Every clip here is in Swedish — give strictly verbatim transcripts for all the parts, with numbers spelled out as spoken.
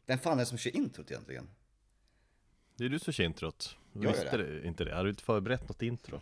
Vem fan är det som kör introt egentligen? Det är du som kör introt. Jag gör Visste det. du inte det? Har du inte förberett något intro?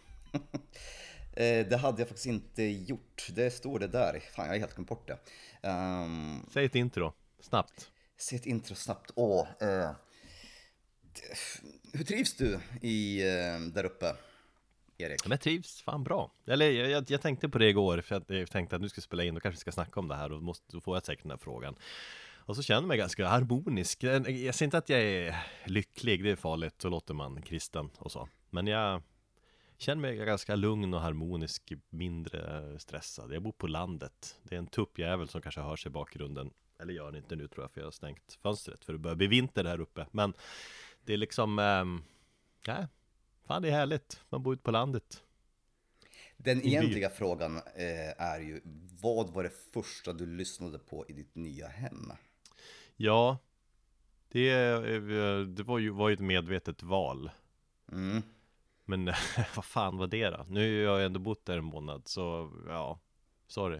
Eh, det hade jag faktiskt inte gjort. Det står det där. Fan, jag har helt glömt bort det. Um, Säg ett intro, snabbt. se ett intro snabbt. Åh, eh, det- hur trivs du i, eh, där uppe, Erik? Men jag trivs fan bra. Eller jag, jag, jag tänkte på det igår, för att jag tänkte att nu ska spela in och kanske ska snacka om det här, och måste, då får jag säkert den här frågan. Och så känner jag mig ganska harmonisk. Jag, jag ser inte att jag är lycklig, det är farligt, så låter man kristen och så. Men jag känner mig ganska lugn och harmonisk, mindre stressad. Jag bor på landet. Det är en tuppjävel som kanske hörs i bakgrunden. Eller gör det inte nu, tror jag, för jag har stängt fönstret för det börjar bli vinter här uppe. Men det är liksom, ähm, ja, fan det är härligt. Man bor ute på landet. Den by. egentliga frågan eh, är ju, vad var det första du lyssnade på i ditt nya hem? Ja, det, eh, det var ju var ju ett medvetet val. Mm. Men vad fan var det då? Nu har jag ändå bott där en månad, så ja, sorry.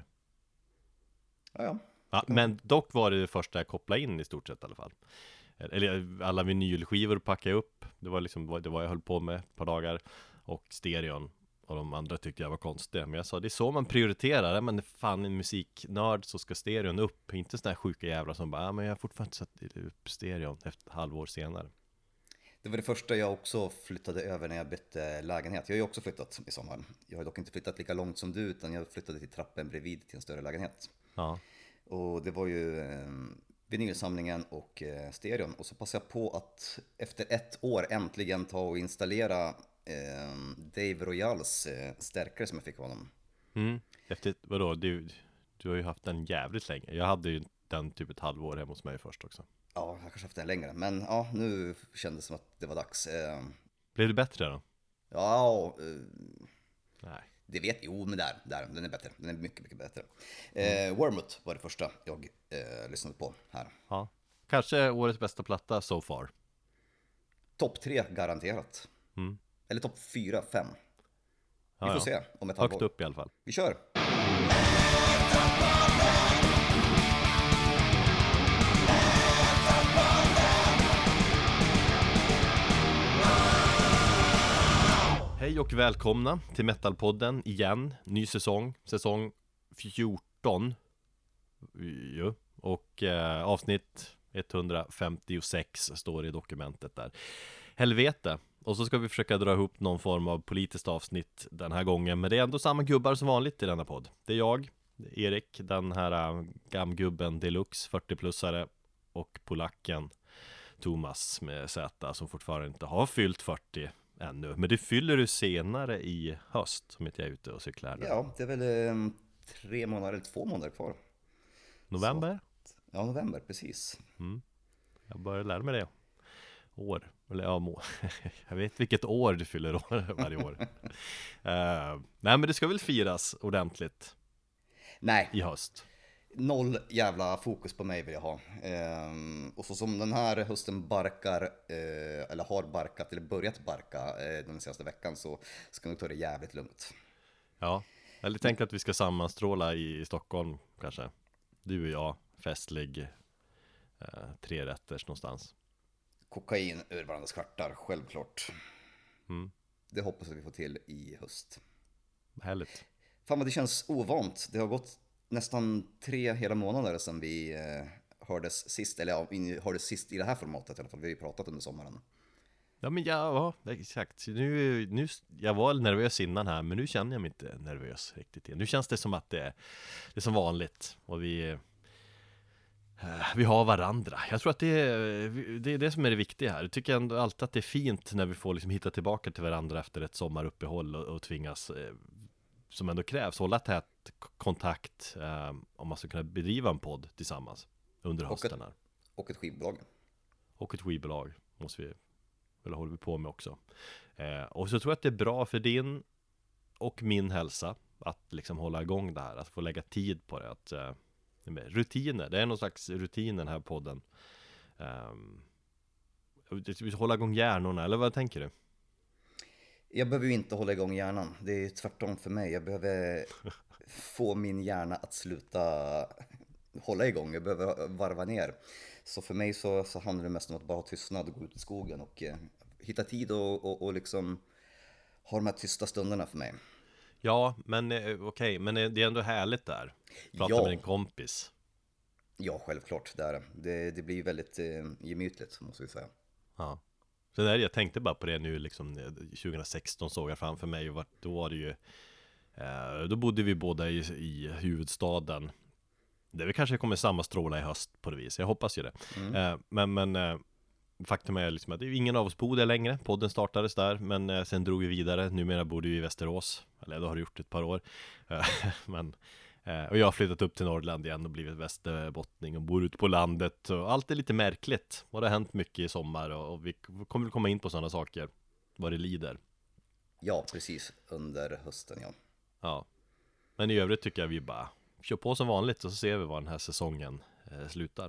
Ja, ja. Ja, men dock var det det första jag kopplade in i stort sett i alla fall. Eller alla vinylskivor packade jag upp. Det var liksom det var jag höll på med ett par dagar. Och stereon. Och de andra tyckte jag var konstiga. Men jag sa, det är så man prioriterar. Men fan, en musiknörd så ska stereon upp. Inte sådana här sjuka jävlar som bara, ah, men jag har fortfarande inte satt upp stereon efter ett halvår senare. Det var det första jag också flyttade över när jag bytte lägenhet. Jag har ju också flyttat i sommar. Jag har dock inte flyttat lika långt som du, utan jag flyttade till trappen bredvid till en större lägenhet. Ja. Och det var ju eh, vinylsamlingen och eh, stereon. Och så passade jag på att efter ett år äntligen ta och installera eh, Dave Royals eh, stärkare som jag fick av honom. Mm. Efter, vadå, du, du har ju haft den jävligt länge. Jag hade ju den typ ett halvår hemma hos mig först också. Ja, jag har kanske haft den längre. Men ja, nu kändes det som att det var dags. Eh, Blev det bättre då? ja, eh, Nej. det vet jo, men där, där, den är bättre. Den är mycket, mycket bättre. Eh, Wormwood var det första jag eh, lyssnade på här. Ja. Kanske årets bästa platta so far. Topp tre garanterat. Mm. Eller topp fyra, fem. Vi Ja, får ja. se om ett Högt halvår. upp i alla fall. Vi kör! Hej och välkomna till Metalpodden igen. Ny säsong, säsong fjorton. Jo. Och eh, avsnitt etthundrafemtiosex står det i dokumentet där. Helvete. Och så ska vi försöka dra ihop någon form av politiskt avsnitt den här gången. Men det är ändå samma gubbar som vanligt i denna podd. Det är jag, Erik, den här äh, gamgubben deluxe, fyrtio-plussare, och polacken Thomas med Z som fortfarande inte har fyllt fyrtio ännu. Men det fyller du senare i höst, som inte jag är ute och cyklar nu. Ja, det är väl eh, tre månader eller två månader kvar. November? Ja, november, precis. Mm. Jag börjar lära mig det. År, eller ja, må. Jag vet vilket år du fyller år varje år. uh, Nej, men det ska väl firas ordentligt Nej, i höst. noll jävla fokus på mig vill jag ha. Ehm, och så som den här hösten barkar, eh, eller har barkat, eller börjat barka eh, den senaste veckan, så ska jag ta det jävligt lugnt. Ja, eller tänk att vi ska sammanstråla i, i Stockholm kanske. Du och jag, festlig, eh, tre rätters någonstans. Kokain ur varandras kvartar, självklart. Mm. Det hoppas vi får till i höst. Härligt. Fan vad det känns ovant. Det har gått nästan tre hela månader sedan vi eh, hördes sist. Eller ja, vi hördes sist i det här formatet i alla fall. Vi har ju pratat under sommaren. Ja, men ja, ja exakt. Nu, nu, jag var nervös innan här, men nu känner jag mig inte nervös riktigt igen. Nu känns det som att det, det är som vanligt. Och vi... Vi har varandra. Jag tror att det är, det är det som är det viktiga här. Jag tycker ändå alltid att det är fint när vi får liksom hitta tillbaka till varandra efter ett sommaruppehåll och, och tvingas, eh, som ändå krävs, hålla tät kontakt eh, om man ska kunna bedriva en podd tillsammans under hösten här. Och ett skivbolag. Och ett skivbolag måste vi, eller håller vi på med också. Eh, och så tror jag att det är bra för din och min hälsa att liksom hålla igång det här, att få lägga tid på det, att eh, rutiner, det är någon slags rutin den här podden. Um, hålla igång hjärnorna, eller vad tänker du? Jag behöver ju inte hålla igång hjärnan. Det är tvärtom för mig. Jag behöver få min hjärna att sluta hålla igång. Jag behöver varva ner. Så för mig så, så handlar det mest om att bara ha tystnad och gå ut i skogen och eh, hitta tid och, och, och liksom ha de här tysta stunderna för mig. Ja, men eh, okej, okay, men eh, det är ändå härligt där. Prata Ja. med din kompis. Ja, självklart, det är det. Det, det blir väldigt eh, gemytligt, måste vi säga. Ja. Så där, jag tänkte bara på det nu liksom tjugo sexton såg jag framför mig, och då var det ju eh, då bodde vi båda i, i huvudstaden. Det är väl kanske kommer samma stråla i höst på det vis. Jag hoppas ju det. Mm. Eh, men men eh, faktum är liksom att ingen av oss bor där längre. Podden startades där, men eh, sen drog vi vidare. Numera bor vi i Västerås. Eller då har det gjort ett par år. Eh, men eh, och jag har flyttat upp till Norrland igen och blivit västerbottning och bor ute på landet. Och allt är lite märkligt. Och det har hänt mycket i sommar, och, och vi kommer komma in på sådana saker vad det lider. Ja, precis. Under hösten, ja. Ja. Men i övrigt tycker jag vi bara kör på som vanligt, och så ser vi var den här säsongen eh, slutar.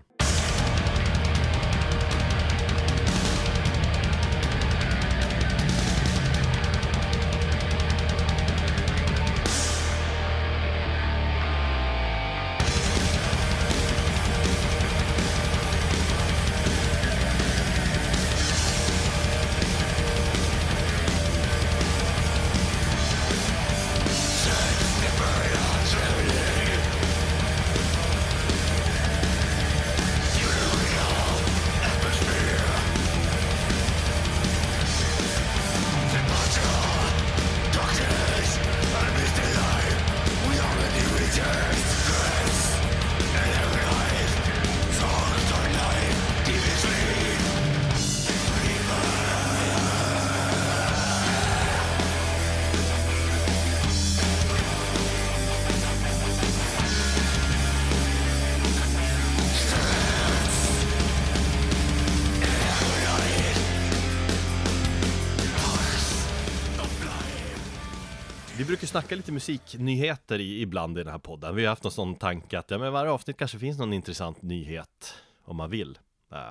Vi brukar snacka lite musiknyheter i, ibland i den här podden. Vi har haft någon sån tanke att ja, men varje avsnitt kanske finns någon intressant nyhet om man vill. Uh,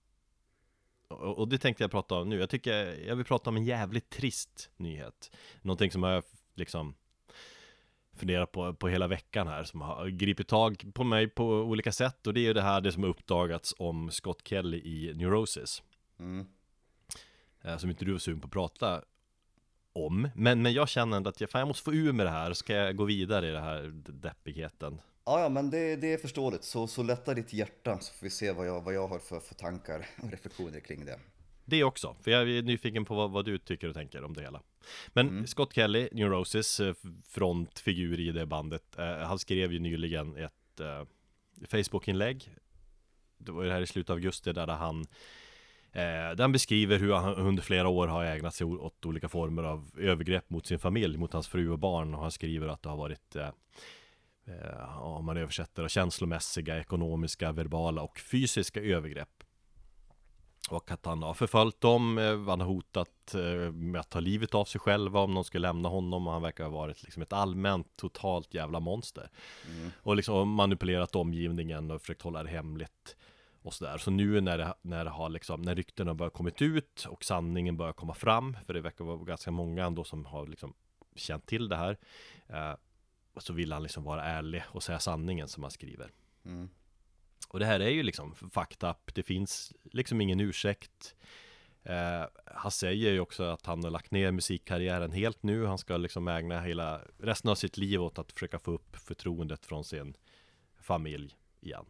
och, och det tänkte jag prata om nu. Jag tycker jag vill prata om en jävligt trist nyhet. Någonting som jag liksom funderat på, på hela veckan här, som har gripit tag på mig på olika sätt. Och det är ju det här det som har uppdagats om Scott Kelly i Neurosis. Mm. Uh, som inte du är sugen på att prata om, men, men jag känner ändå att jag, fan, jag måste få ur med det här, så ska jag gå vidare i det här deppigheten. Ja, ja, men det, det är förståeligt. Så, så lätta ditt hjärta, så får vi se vad jag, vad jag har för, för tankar och reflektioner kring det. Det också, för jag är nyfiken på vad, vad du tycker och tänker om det hela. Men mm. Scott Kelly, Neurosis, frontfigur i det bandet, eh, han skrev ju nyligen ett eh, Facebook-inlägg. Det var det här i slutet av augusti, där han Eh, den beskriver hur han under flera år har ägnat sig åt olika former av övergrepp mot sin familj, mot hans fru och barn. Och han skriver att det har varit, eh, eh, om man översätter, känslomässiga, ekonomiska, verbala och fysiska övergrepp. Och att han har förföljt dem, eh, han har hotat eh, med att ta livet av sig själva om någon skulle lämna honom. Och han verkar ha varit liksom ett allmänt, totalt jävla monster. Mm. Och liksom manipulerat omgivningen och försökt hålla det hemligt. Och så där. Så nu när det, när det har liksom, när ryktena börjar kommit ut och sanningen börjar komma fram, för det verkar vara ganska många ändå som har liksom känt till det här, eh, så vill han liksom vara ärlig och säga sanningen, som han skriver. Mm. Och det här är ju liksom fucked up. Det finns liksom ingen ursäkt. Eh, han säger ju också att han har lagt ner musikkarriären helt nu. Han ska liksom ägna hela resten av sitt liv åt att försöka få upp förtroendet från sin familj igen.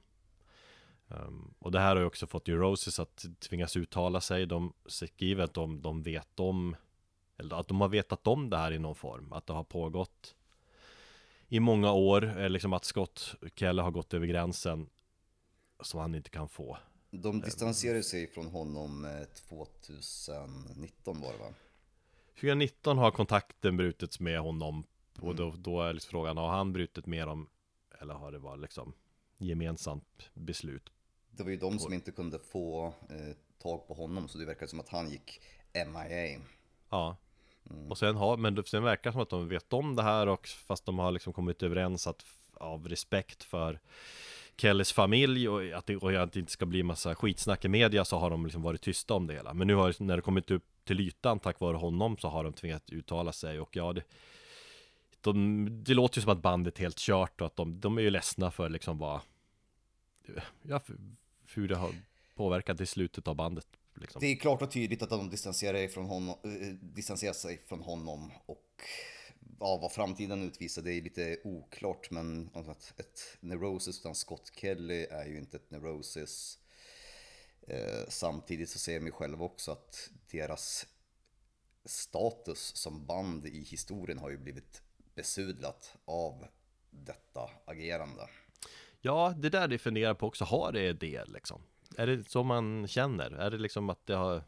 Um, och det här har ju också fått Neurosis att tvingas uttala sig. De skriver att de, de vet om, eller att de har vetat om det här i någon form, att det har pågått i många år, liksom att Scott Kelly har gått över gränsen som han inte kan få. De distanserade sig från honom tjugonitton var det, va? tjugonitton har kontakten brutits med honom, och då, då är liksom frågan, har han brutit med dem, eller har det varit liksom gemensamt beslut? Det var ju de som inte kunde få eh, tag på honom, så det verkar som att han gick M I A. Ja. Mm. Och sen har, men sen verkar det som att de vet om det här, och fast de har liksom kommit överens att av respekt för Kellys familj och att det, och att det inte ska bli massa skitsnack i media, så har de liksom varit tysta om det hela. Men nu har, när det kommit upp till ytan tack vare honom, så har de tvingat uttala sig. Och ja, det, de, det låter ju som att bandet är helt kört, och att de, de är ju ledsna för liksom vad, ja, för, hur det har påverkat i slutet av bandet liksom. Det är klart och tydligt att de distanserar sig från honom, äh, distanserar sig från honom och ja, vad framtiden utvisar, det är lite oklart, men ett, ett Neurosis utan Scott Kelly är ju inte ett Neurosis. Eh, samtidigt så ser jag mig själv också att deras status som band i historien har ju blivit besudlat av detta agerande. Ja, det där det funderar på också, har det det liksom? Är det så man känner? Är det liksom att det har...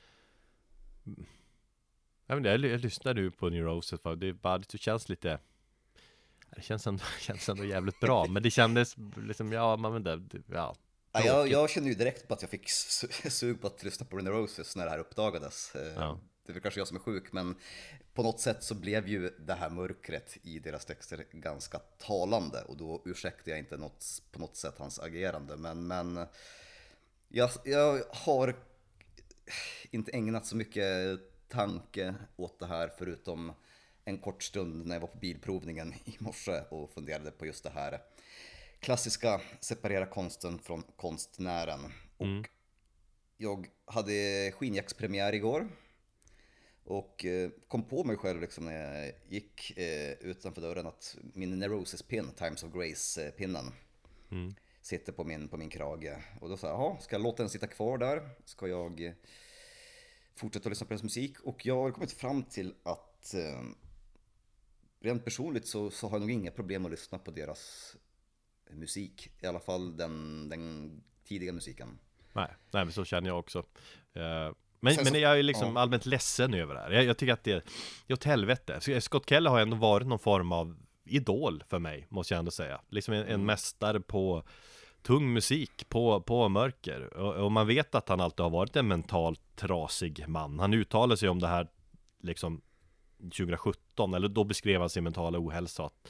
Jag, vet inte, jag lyssnar nu på Neurosis, för det, bara, det känns lite... Det känns ändå, känns ändå jävligt bra, men det kändes liksom, ja, man vet inte, ja. Ja, jag, jag kände ju direkt på att jag fick sug på att lyssna på Neurosis när det här uppdagades. Ja. Det är väl kanske jag som är sjuk, men på något sätt så blev ju det här mörkret i deras texter ganska talande, och då ursäktar jag inte något, på något sätt hans agerande, men, men jag, jag har inte ägnat så mycket tanke åt det här förutom en kort stund när jag var på bilprovningen i morse och funderade på just det här klassiska separera konsten från konstnären. Mm. Och jag hade Skinjacks-premiär igår och kom på mig själv liksom när jag gick eh, utanför dörren att min Neurosis-pin, Times of Grace-pinnen, mm. sitter på min, på min krage. Och då sa jag, jaha, ska jag låta den sitta kvar där? Ska jag fortsätta lyssna på deras musik? Och jag har kommit fram till att eh, rent personligt så, så har jag nog inga problem att lyssna på deras musik, i alla fall den, den tidiga musiken. Nej, nej, men så känner jag också. Uh, men, så, men jag är liksom ja. allmänt ledsen över det här. Jag, jag tycker att det är åt helvete. Scott Kelly har ändå varit någon form av idol för mig, måste jag ändå säga. Liksom en, en mästare på tung musik, på, på mörker. Och, och man vet att han alltid har varit en mentalt trasig man. Han uttalade sig om det här liksom tjugo sjutton, eller då beskrev han sin mentala ohälsa, att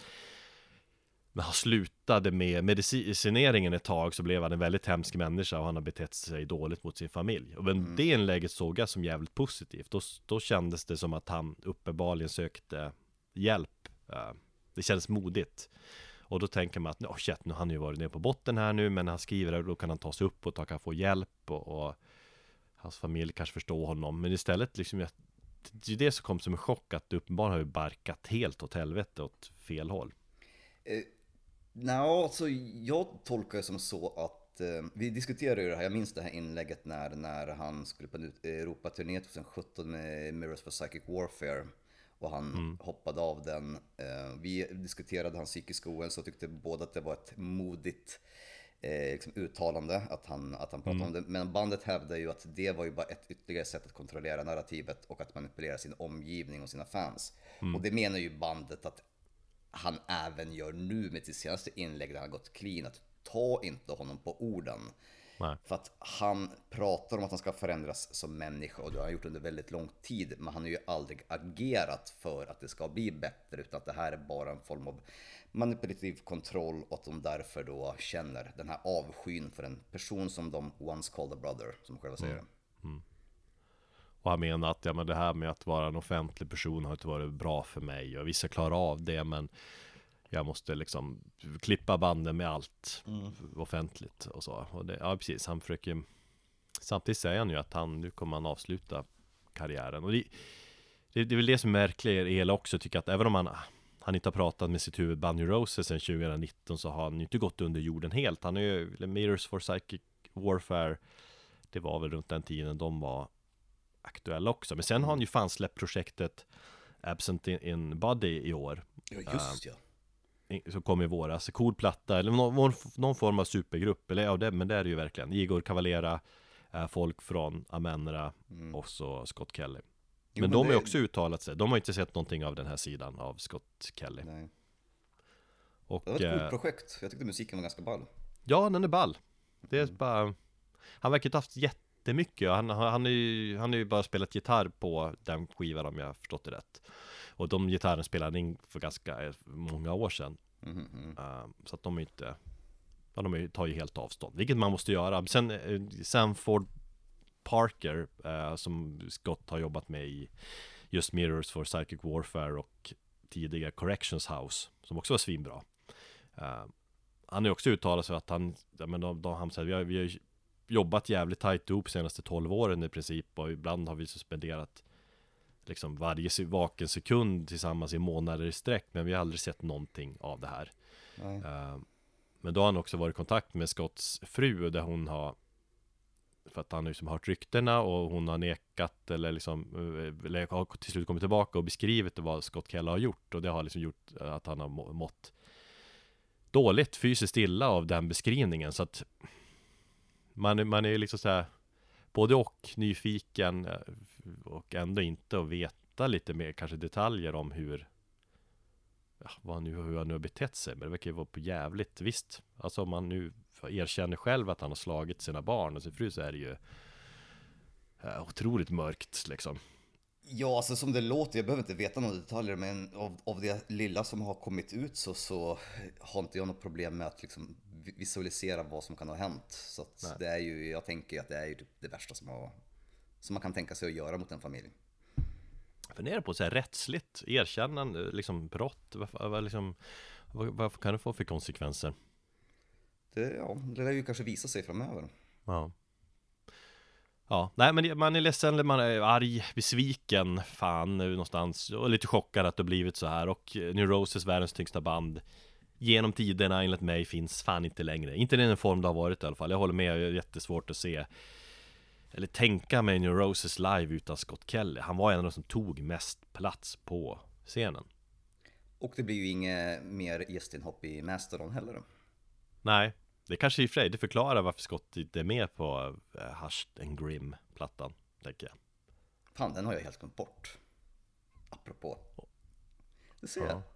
när han slutade med medicineringen ett tag så blev han en väldigt hemsk människa och han har betett sig dåligt mot sin familj. Och men mm. det inlägget såg jag som jävligt positivt. Då, då kändes det som att han uppenbarligen sökte hjälp. Det kändes modigt. Och då tänker man att oh shit, nu har han ju varit ner på botten här nu, men när han skriver det, då kan han ta sig upp och ta, kan få hjälp och, och hans familj kanske förstår honom. Men istället liksom, jag, det är det som kom som en chock, att det uppenbarligen har ju barkat helt åt helvete åt fel håll. Eh. Nej, alltså jag tolkar det som så att eh, vi diskuterade ju det här, jag minns det här inlägget när, när han skulle på en Europaturné tjugo sjutton med Mirrors for Psychic Warfare och han mm. hoppade av den. Eh, vi diskuterade hans psykiska ohälsa och tyckte båda att det var ett modigt eh, liksom uttalande att han, att han pratade mm. om det. Men bandet hävdade ju att det var ju bara ett ytterligare sätt att kontrollera narrativet och att manipulera sin omgivning och sina fans. Mm. Och det menar ju bandet att han även gör nu med sitt senaste inlägg där han har gått clean, att ta inte honom på orden. Nej. För att han pratar om att han ska förändras som människa, och det har han gjort under väldigt lång tid, men han har ju aldrig agerat för att det ska bli bättre, utan att det här är bara en form av manipulativ kontroll och att de därför då känner den här avskyn för en person som de once called a brother, som själva säger det. Mm. Mm. Och han menar att ja, men det här med att vara en offentlig person har inte varit bra för mig. Och vissa klarar av det, men jag måste liksom klippa banden med allt mm. offentligt och så. Och det, ja, precis. Han försöker... Samtidigt säger han ju att han, nu kommer han avsluta karriären. Och det, det, det är väl det som är märkligt i det hela också, tycker att även om han, han inte har pratat med sitt huvudband Neurosis sedan tjugo nitton, så har han inte gått under jorden helt. Han är ju Mirrors for Psychic Warfare. Det var väl runt den tiden de var aktuell också. Men sen har han ju fan släppt projektet Absent in, in Body i år. Ja, just ja. Uh, som kom i våras. Cool platta, eller någon, någon form av supergrupp. Eller ja, det, men det är det ju verkligen. Igor Cavalera, uh, folk från Amenra mm. och så Scott Kelly. Men, jo, men de har det... också uttalat sig. De har inte sett någonting av den här sidan av Scott Kelly. Nej. Och, det var ett coolt uh, projekt. Jag tyckte musiken var ganska ball. Ja, den är ball. Det är mm. bara... Han verkar inte haft jätte Det är mycket. Han, han, är ju, han är ju bara spelat gitarr på den skivan, om jag har förstått det rätt. Och de gitarren spelade han in för ganska många år sedan. Mm, mm. Uh, så att de är inte... Ja, de tar ju helt avstånd. Vilket man måste göra. Sen uh, Sanford Parker, uh, som Scott har jobbat med i just Mirrors for Psychic Warfare och tidiga Corrections House, som också var svinbra. Uh, han har ju också uttalat sig att han... Ja, men de, de, han säger, vi har, vi har jobbat jävligt tajt ihop senaste tolv åren i princip, och ibland har vi suspenderat liksom varje vaken sekund tillsammans i månader i sträck, men vi har aldrig sett någonting av det här. uh, Men då har han också varit i kontakt med Scotts fru, där hon har, för att han har liksom hört ryktena, och hon har nekat eller liksom eller har till slut kommit tillbaka och beskrivit vad Scott Keller har gjort, och det har liksom gjort att han har mått dåligt fysiskt illa av den beskrivningen. Så att man, man är ju liksom så här både och nyfiken, och ändå inte att veta lite mer kanske detaljer om hur ja, vad nu, hur han nu har betett sig. Men det verkar ju vara på jävligt, visst. Alltså om man nu erkänner själv att han har slagit sina barn och sin fru, så är det ju ja, otroligt mörkt liksom. Ja, alltså som det låter, jag behöver inte veta några detaljer, men av, av det lilla som har kommit ut så, så har inte jag något problem med att liksom visualisera vad som kan ha hänt. Så att det är ju, jag tänker att det är ju det värsta som, har, som man kan tänka sig att göra mot en familj. För det är på så här rättsligt erkännande, liksom brott, vad, vad, liksom, vad, vad kan det få för konsekvenser? Det, ja, det lär ju kanske visa sig framöver. Ja. Ja, nej men man är ledsen, man är arg, besviken, fan nu någonstans, och lite chockad att det har blivit så här. Och New Roses, världens tyngsta band genom tiderna enligt mig, finns fan inte längre. Inte i den form det har varit i alla fall. Jag håller med, det är jättesvårt att se eller tänka mig New Roses live utan Scott Kelly. Han var en av de som tog mest plats på scenen. Och det blir ju inget mer gästinhopp i Mastodon heller då. Nej, det kanske i och för sig det förklarar varför Scott inte är med på uh, Hushed and Grim-plattan, tänker jag. Fan, den har jag helt glömt bort. Apropå. Det ser ja. jag.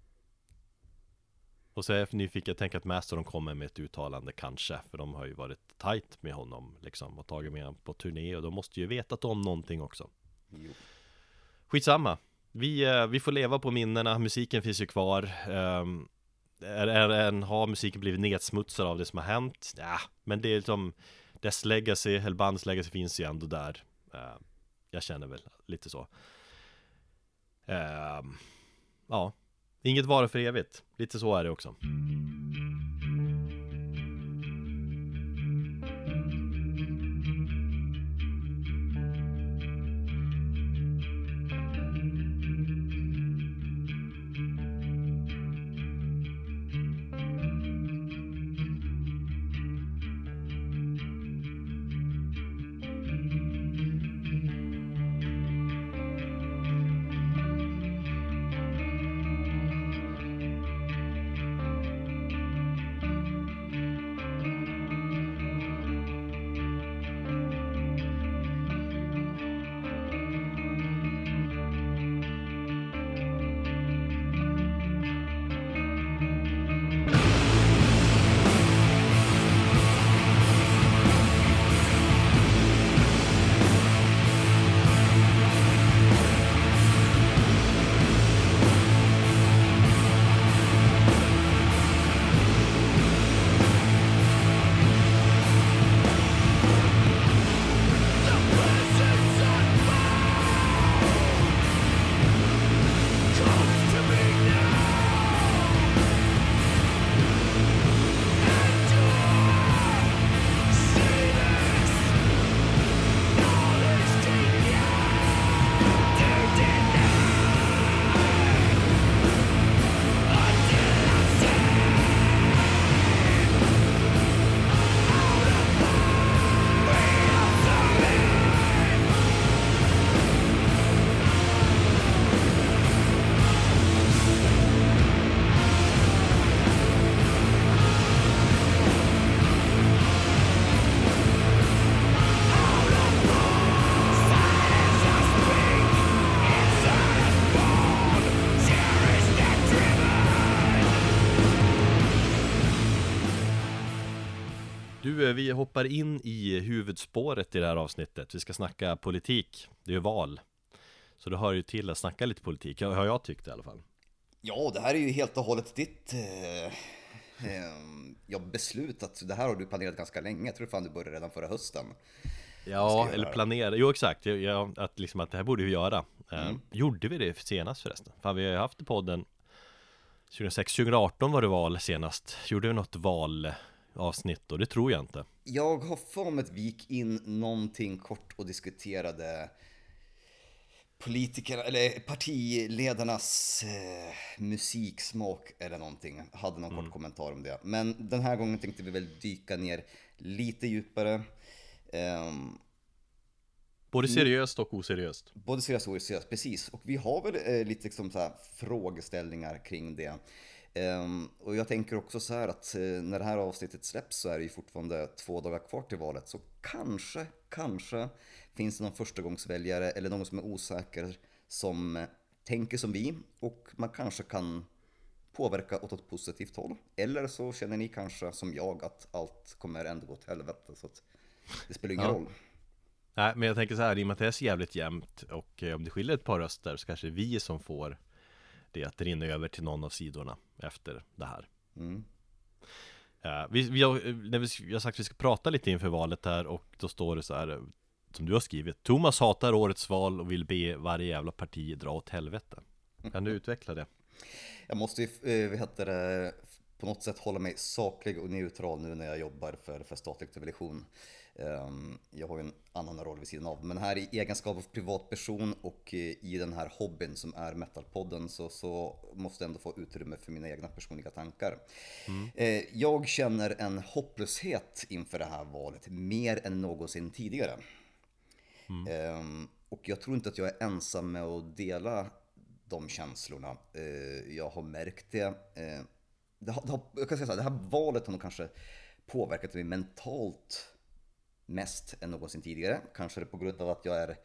Och så är jag nyfiken, jag tänker att Mastodon kommer med ett uttalande kanske, för de har ju varit tight med honom liksom, och tagit med honom på turné, och de måste ju vetat om någonting också. Jo. Skitsamma. Vi, uh, vi får leva på minnena, musiken finns ju kvar. Um, Är, är, är, har musiken blivit nedsmutsad av det som har hänt? Ja, men det är liksom dess legacy, eller bandets legacy finns ju ändå där. uh, Jag känner väl lite så. uh, Ja, inget vara för evigt. Lite så är det också. Du, vi hoppar in i huvudspåret i det här avsnittet. Vi ska snacka politik. Det är ju val. Så det hör ju till att snacka lite politik, har jag tyckt i alla fall. Ja, det här är ju helt och hållet ditt eh, eh, ja, beslut. Att det här har du planerat ganska länge. Jag tror fan du började redan förra hösten. Ja, eller planera. Jo, exakt. Ja, att, liksom, att det här borde vi göra. Mm. Eh, gjorde vi det senast förresten? Fan, vi har ju haft i podden tjugohundrasex tjugohundraarton var det val senast. Gjorde vi något valavsnitt då? Det tror jag inte. Jag har för mig att vi gick in någonting kort och diskuterade politikerna eller partiledarnas eh, musiksmak eller någonting. Jag hade någon Mm. kort kommentar om det. Men den här gången tänkte vi väl dyka ner lite djupare. Ehm, Både seriöst och oseriöst. både seriöst och oseriöst, precis. Och vi har väl eh, lite liksom så här frågeställningar kring det. Ehm, och jag tänker också så här att eh, när det här avsnittet släpps så är det ju fortfarande två dagar kvar till valet. Så kanske, kanske finns det någon förstagångsväljare eller någon som är osäker som eh, tänker som vi. Och man kanske kan påverka åt ett positivt håll. Eller så känner ni kanske som jag att allt kommer ändå gå åt helvete. Så att det spelar ingen Ja. roll. Nej, men jag tänker så här, i och med att det är så jävligt jämnt och eh, om det skiljer ett par röster så kanske det är vi som får det att rinna över till någon av sidorna efter det här. Mm. Uh, vi, vi, har, när vi, vi har sagt att vi ska prata lite inför valet här och då står det så här, som du har skrivit: Thomas hatar årets val och vill be varje jävla parti dra åt helvete. Kan du utveckla det? Jag måste ju, vad heter det, på något sätt hålla mig saklig och neutral nu när jag jobbar för, för statlig television. Um, jag har ju en annan roll vid sidan av, men här i egenskap av privatperson och i den här hobbyn som är Metalpodden så, så måste jag ändå få utrymme för mina egna personliga tankar. Mm. Uh, jag känner en hopplöshet inför det här valet mer än någonsin tidigare. Mm. Um, och jag tror inte att jag är ensam med att dela de känslorna. Uh, jag har märkt det. Uh, det, har, det, har, jag kan säga så här, det här valet har nog kanske påverkat mig mentalt mest än någonsin tidigare. Kanske det på grund av att jag är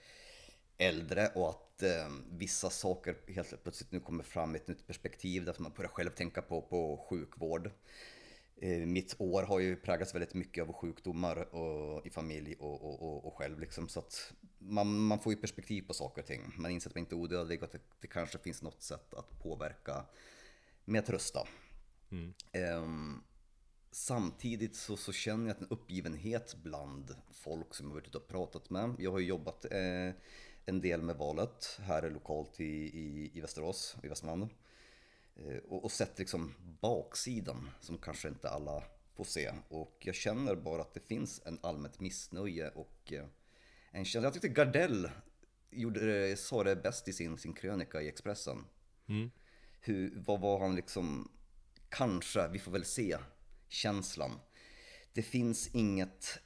äldre och att eh, vissa saker helt plötsligt nu kommer fram i ett nytt perspektiv där man börjar själv tänka på, på sjukvård. Eh, mitt år har ju präglats väldigt mycket av sjukdomar och, i familj och, och, och, och själv liksom, så att man, man får ju perspektiv på saker och ting. Man inser att man inte är odödlig och att det, det kanske finns något sätt att påverka med att rösta. Mm. Eh, Samtidigt så, så känner jag att en uppgivenhet bland folk som jag har varit ute och pratat med. Jag har ju jobbat eh, en del med valet här lokalt i, i, i Västerås, i Västmanland. Eh, och, och sett liksom baksidan som kanske inte alla får se. Och jag känner bara att det finns en allmänt missnöje och eh, en känsla. Jag tyckte Gardell gjorde, sa det bäst i sin, sin krönika i Expressen. Mm. Hur, vad var han liksom, kanske, vi får väl se, känslan. Det finns inget,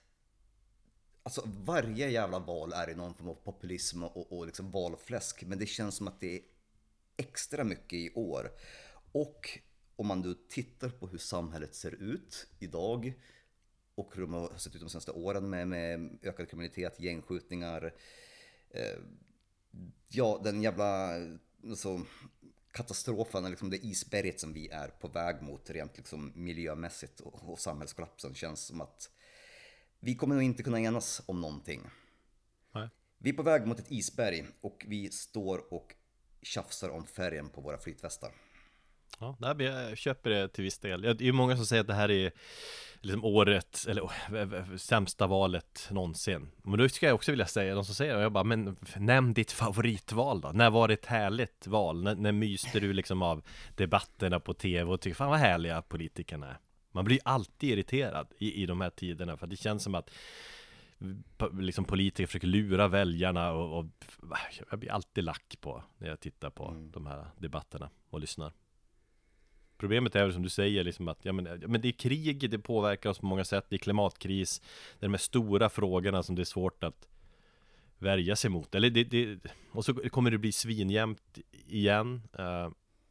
alltså varje jävla val är i någon form av populism och, och liksom valfläsk, men det känns som att det är extra mycket i år. Och om man då tittar på hur samhället ser ut idag och hur de har sett ut de senaste åren med, med ökad kriminalitet, gängskjutningar, eh, ja den jävla alltså, katastrofen, liksom det isberget som vi är på väg mot rent liksom miljömässigt och, och samhällskollapsen, känns som att vi kommer nog inte kunna enas om någonting. Nej. Vi är på väg mot ett isberg och vi står och tjafsar om färgen på våra flytvästar. Ja, jag köper det till viss del. Det är ju många som säger att det här är liksom året, eller sämsta valet någonsin. Men då ska jag också vilja säga, de som säger, jag bara, men nämn ditt favoritval då. När var det ett härligt val? När, när myste du liksom av debatterna på tv och tycker, fan vad härliga politikerna är. Man blir alltid irriterad i, i de här tiderna, för det känns som att liksom politiker försöker lura väljarna och, och jag blir alltid lack på när jag tittar på mm. de här debatterna och lyssnar. Problemet är som du säger liksom att ja, men, ja, men det är krig, det påverkar oss på många sätt, det är klimatkris, det är de här stora frågorna som det är svårt att värja sig mot. Eller det, det, och så kommer det bli svinjämnt igen uh,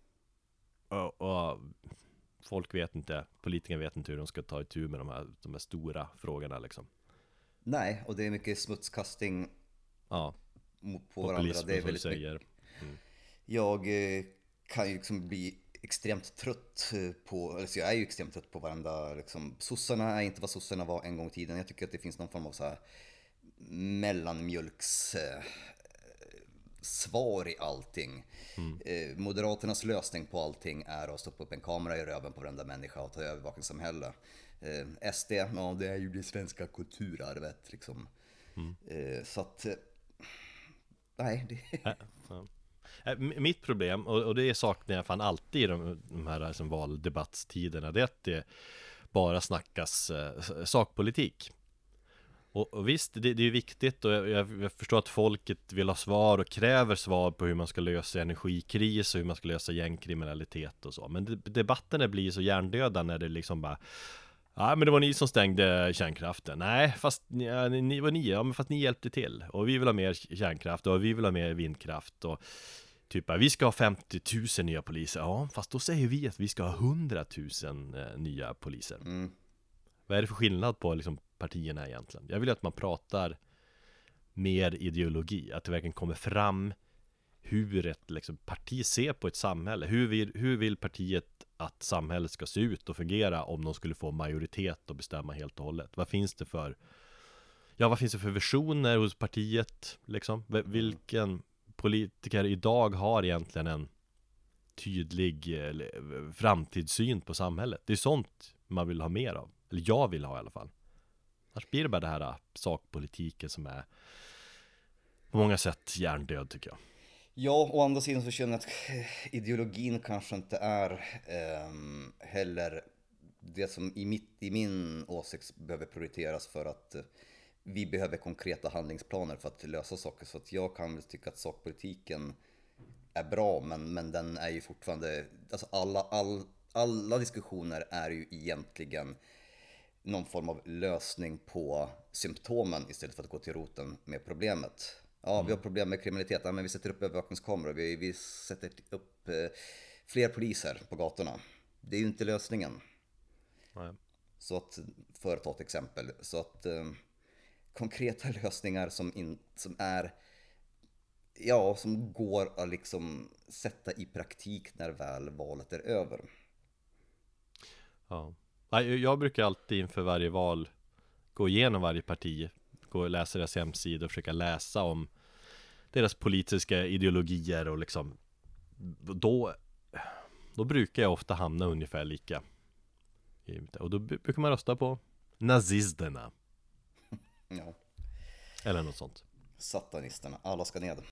och, och folk vet inte, politikerna vet inte hur de ska ta itu med de här, de här stora frågorna liksom. Nej, och det är mycket smutskastning ja. på varandra. Det är väldigt säger. Mm. Jag eh, kan ju liksom bli extremt trött på, alltså jag är ju extremt trött på varandra liksom. Sossarna är inte vad sossarna var en gång i tiden. Jag tycker att det finns någon form av så här mellanmjölks eh, svar i allting. Mm. eh, Moderaternas lösning på allting är att stoppa upp en kamera i röven på varenda människa och ta övervakningssamhälle. eh, S D, ja det är ju det svenska kulturarvet liksom. Mm. eh, Så att eh, nej det... ja, ja. Mitt problem, och det saknar jag fan alltid i de, de här liksom valdebattstiderna, det är att det bara snackas eh, sakpolitik. Och, och visst, det, det är ju viktigt och jag, jag förstår att folket vill ha svar och kräver svar på hur man ska lösa energikris och hur man ska lösa gängkriminalitet och så. Men de, debatterna blir så hjärndöda när det liksom bara ja, men det var ni som stängde kärnkraften. Nej, fast ja, ni var ni, ja, men fast ni hjälpte till. Och vi vill ha mer kärnkraft och vi vill ha mer vindkraft och typ, vi ska ha femtio tusen nya poliser. Ja, fast då säger vi att vi ska ha hundra tusen eh, nya poliser. Mm. Vad är det för skillnad på liksom, partierna egentligen? Jag vill att man pratar mer ideologi. Att det verkligen kommer fram hur ett liksom, parti ser på ett samhälle. Hur vill, hur vill partiet att samhället ska se ut och fungera om de skulle få majoritet och bestämma helt och hållet? Vad finns det för Ja, vad finns det för versioner hos partiet? Liksom? Vilken politiker idag har egentligen en tydlig framtidssyn på samhället? Det är sånt man vill ha mer av. Eller jag vill ha i alla fall. Annars blir det bara det här sakpolitiken som är på många sätt hjärndöd tycker jag. Ja, å andra sidan så känner jag att ideologin kanske inte är eh, heller det som i, mitt, i min åsikt behöver prioriteras för att eh, vi behöver konkreta handlingsplaner för att lösa saker. Så att jag kan väl tycka att sakpolitiken är bra, men, men den är ju fortfarande, alltså alla, all, alla diskussioner är ju egentligen någon form av lösning på symptomen istället för att gå till roten med problemet. Ja, mm. vi har problem med kriminalitet, ja, men vi sätter upp övervakningskameror, vi, vi sätter upp eh, fler poliser på gatorna. Det är ju inte lösningen. Nej. Så att, för att ta ett exempel, så att eh, konkreta lösningar som, in, som är, ja, som går att liksom sätta i praktik när väl valet är över. Ja. Jag brukar alltid inför varje val gå igenom varje parti, gå och läsa deras hemsida och försöka läsa om deras politiska ideologier och liksom då, då brukar jag ofta hamna ungefär lika. Och då brukar man rösta på nazisterna. Ja. Eller något sånt. Satanisterna, alla ska ned.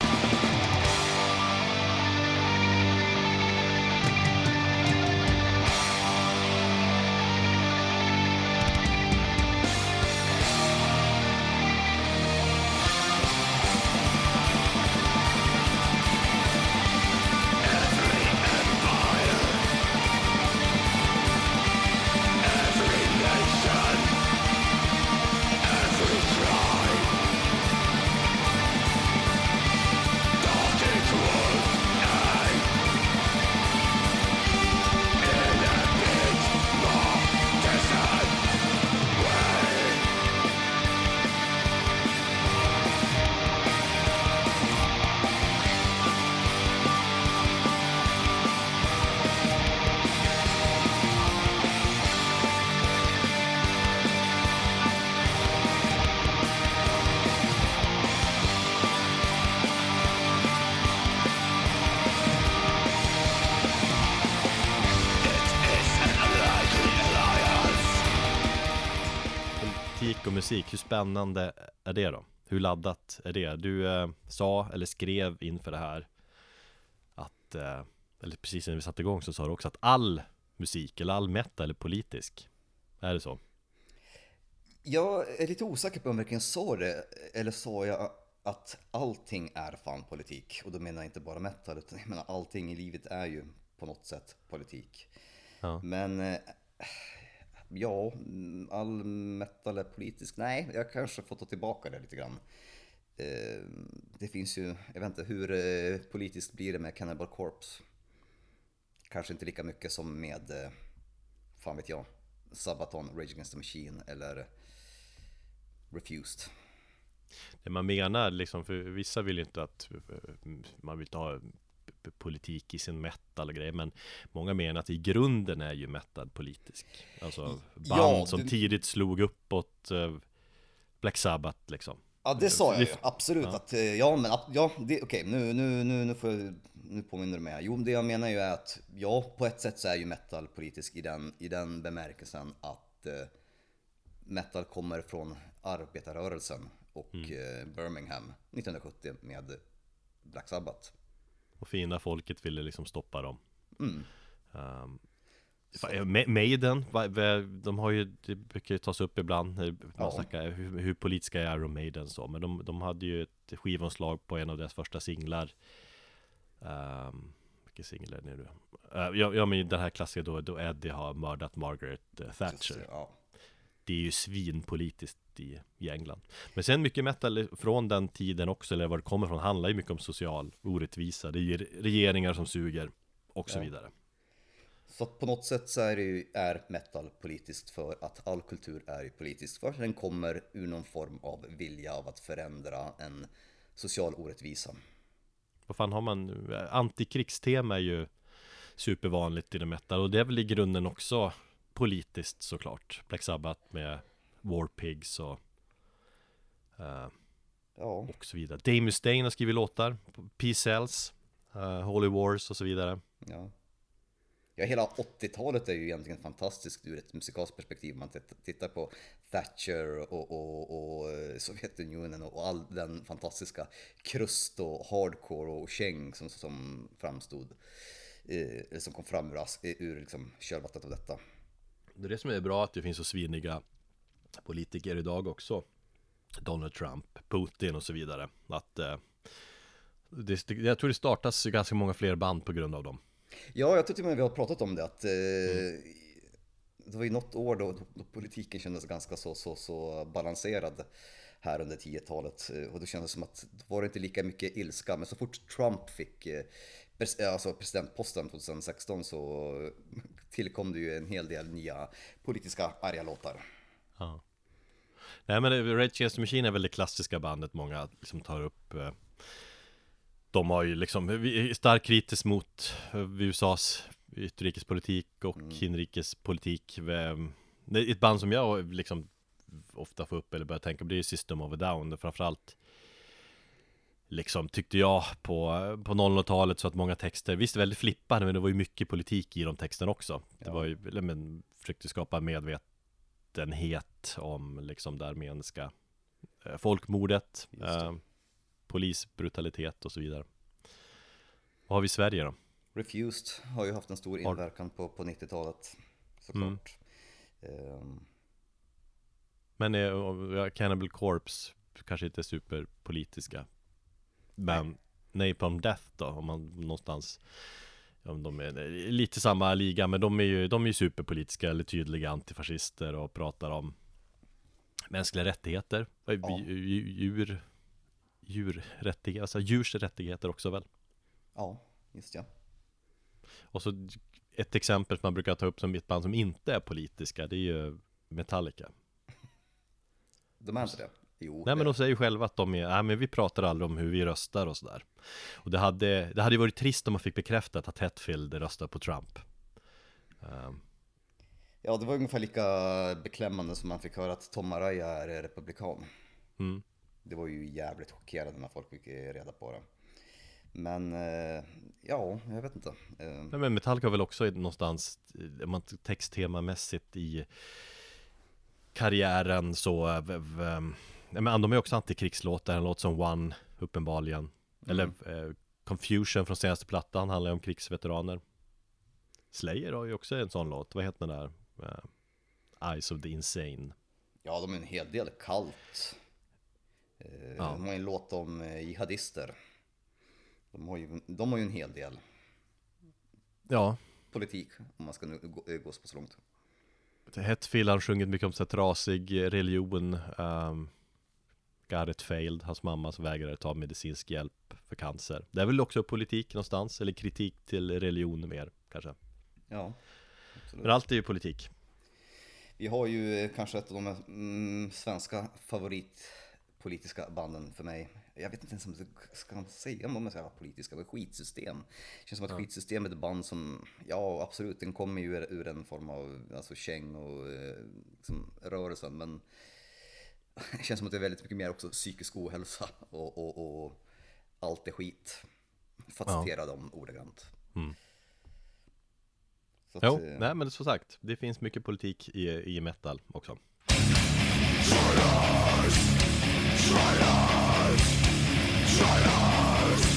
Och musik, hur spännande är det då? Hur laddat är det? Du eh, sa eller skrev inför det här att, eh, eller precis när vi satte igång så sa du också att all musik eller all metal är politisk. Är det så? Jag är lite osäker på om jag verkligen sa det, eller sa jag att allting är fan politik. Och då menar jag inte bara metal, utan jag menar allting i livet är ju på något sätt politik. Ja. Men eh, ja, all metal är politisk. Nej, jag kanske får ta tillbaka det lite grann. Eh, det finns ju, jag vet inte, hur eh, politiskt blir det med Cannibal Corpse? Kanske inte lika mycket som med, eh, fan vet jag, Sabaton, Rage Against the Machine eller Refused. Det man menar liksom, för vissa vill ju inte att man vill ta politik i sin metal och grejer, men många menar att i grunden är ju metal politisk. Alltså band ja, du... som tidigt slog uppåt, Black Sabbath liksom. Ja, det sa jag ju, absolut. Ja, att, ja men ja, okej, okay, nu, nu, nu, nu, får jag, nu påminner du mig. Jo, det jag menar ju är att ja, på ett sätt så är ju metal politisk i den, i den bemärkelsen att eh, metal kommer från arbetarrörelsen och mm. eh, Birmingham nittonhundrasjuttio med Black Sabbath. Och fina folket ville liksom stoppa dem. Mm. Um, Maiden, de har ju, det brukar ju tas upp ibland när man Ja. snackar hur, hur politiska är Iron Maiden så, men de, de hade ju ett skivomslag på en av deras första singlar. Um, vilken singel är det nu? Uh, ja, ja, men den här klassiska då, då Eddie har mördat Margaret uh, Thatcher. Det, ja. Det är ju svinpolitiskt i, i England. Men sen mycket metal från den tiden också, eller var det kommer från, handlar ju mycket om social orättvisa. Det är regeringar som suger och så Ja. vidare. Så att på något sätt så är, det ju, är metal politiskt för att all kultur är ju politisk för. Den kommer ur någon form av vilja av att förändra en social orättvisa. Vad fan har man? Antikrigstema är ju supervanligt i det metal, och det är väl i grunden också politiskt såklart. Black Sabbath med War Pigs och, uh, Ja. och så vidare. Dave Mustaine har skrivit låtar, Peace Cells, uh, Holy Wars och så vidare. Ja. Ja, hela åttiotalet är ju egentligen fantastiskt ur ett musikaliskt perspektiv. Man tittar på Thatcher och, och, och Sovjetunionen och all den fantastiska krust och hardcore och käng som, som framstod, eh, som kom fram ur, ur liksom kölvattnet av detta. Det är det som är bra, att det finns så sviniga politiker idag också. Donald Trump, Putin och så vidare. Att, eh, det, jag tror det startas ganska många fler band på grund av dem. Ja, jag tror till och med vi har pratat om det, att eh, mm. det var ju något år då, då politiken kändes ganska så, så, så balanserad här under tiotalet, och då kändes det som att det var inte lika mycket ilska, men så fort Trump fick eh, pres- alltså presidentposten tjugohundrasexton så tillkom det ju en hel del nya politiska arga låtar. Ja. Nej, men Rage Against the Machine är väl det klassiska bandet många liksom tar upp. eh, De har ju liksom starkt kritiskt mot U S A:s utrikespolitik och mm. inrikespolitik. Det är ett band som jag liksom ofta får upp eller börjar tänka på, det är System of a Down. Framförallt liksom tyckte jag på, på noll noll-talet, så att många texter, visst väldigt flippade, men det var ju mycket politik i de texterna också. Ja. Det var ju, men försökte skapa medvetenhet om liksom det armeniska folkmordet. Polisbrutalitet och så vidare. Vad har vi i Sverige då? Refused har ju haft en stor inverkan på, på nittiotalet, såklart. Mm. Um. Men uh, Cannibal Corpse kanske inte är superpolitiska. Men Nej. Napalm Death då, om man någonstans, om de är lite samma liga, men de är ju, de är ju superpolitiska eller tydliga antifascister och pratar om mänskliga rättigheter. Ja. Djur djurrättigheter, alltså djurs rättigheter också väl? Ja, just ja. Och så ett exempel som man brukar ta upp som ett band som inte är politiska, det är ju Metallica. De är inte det? Jo. Nej, men de säger ju själva att de är, nej men vi pratar aldrig om hur vi röstar och sådär. Och det hade, det hade ju varit trist om man fick bekräftat att Hetfield röstar på Trump. Um. Ja, det var ungefär lika beklämmande som man fick höra att Tom Araya är republikan. Mm. Det var ju jävligt chockerande när folk fick reda på det. Men eh, ja, jag vet inte. Eh. Nej, men Metallica har väl också någonstans texttemamässigt i karriären så v, v, men de är också antikrigslåtar, en låt som One uppenbarligen. Mm. Eller eh, Confusion från senaste plattan handlar om krigsveteraner. Slayer har ju också en sån låt. Vad heter den där? Uh, Eyes of the Insane. Ja, de är en hel del kallt. Eh, ja. De har en låt om eh, jihadister. De har, ju, de har ju en hel del ja. politik, om man ska nu gå, gå så långt. Hetfield har sjungit mycket om så här trasig religion. um, Gareth failed, hans mamma som vägrade ta medicinsk hjälp för cancer. Det är väl också politik någonstans, eller kritik till religion mer kanske. Ja, absolut. Men allt är ju politik. Vi har ju kanske ett av de mm, svenska favoritpolitiska banden för mig. Jag vet inte ens om jag ska säga om de är så här politiska, men skitsystem. Det känns som att ja. Skitsystem är ett band som, ja absolut, den kommer ju ur, ur en form av alltså, käng och liksom, rörelsen, men det känns som att det är väldigt mycket mer också psykisk ohälsa och, och, och allt är skit. För att ja. Citera dem ordagrant. Mm. Så att, jo, eh... nej men så sagt, det finns mycket politik i, i metal också.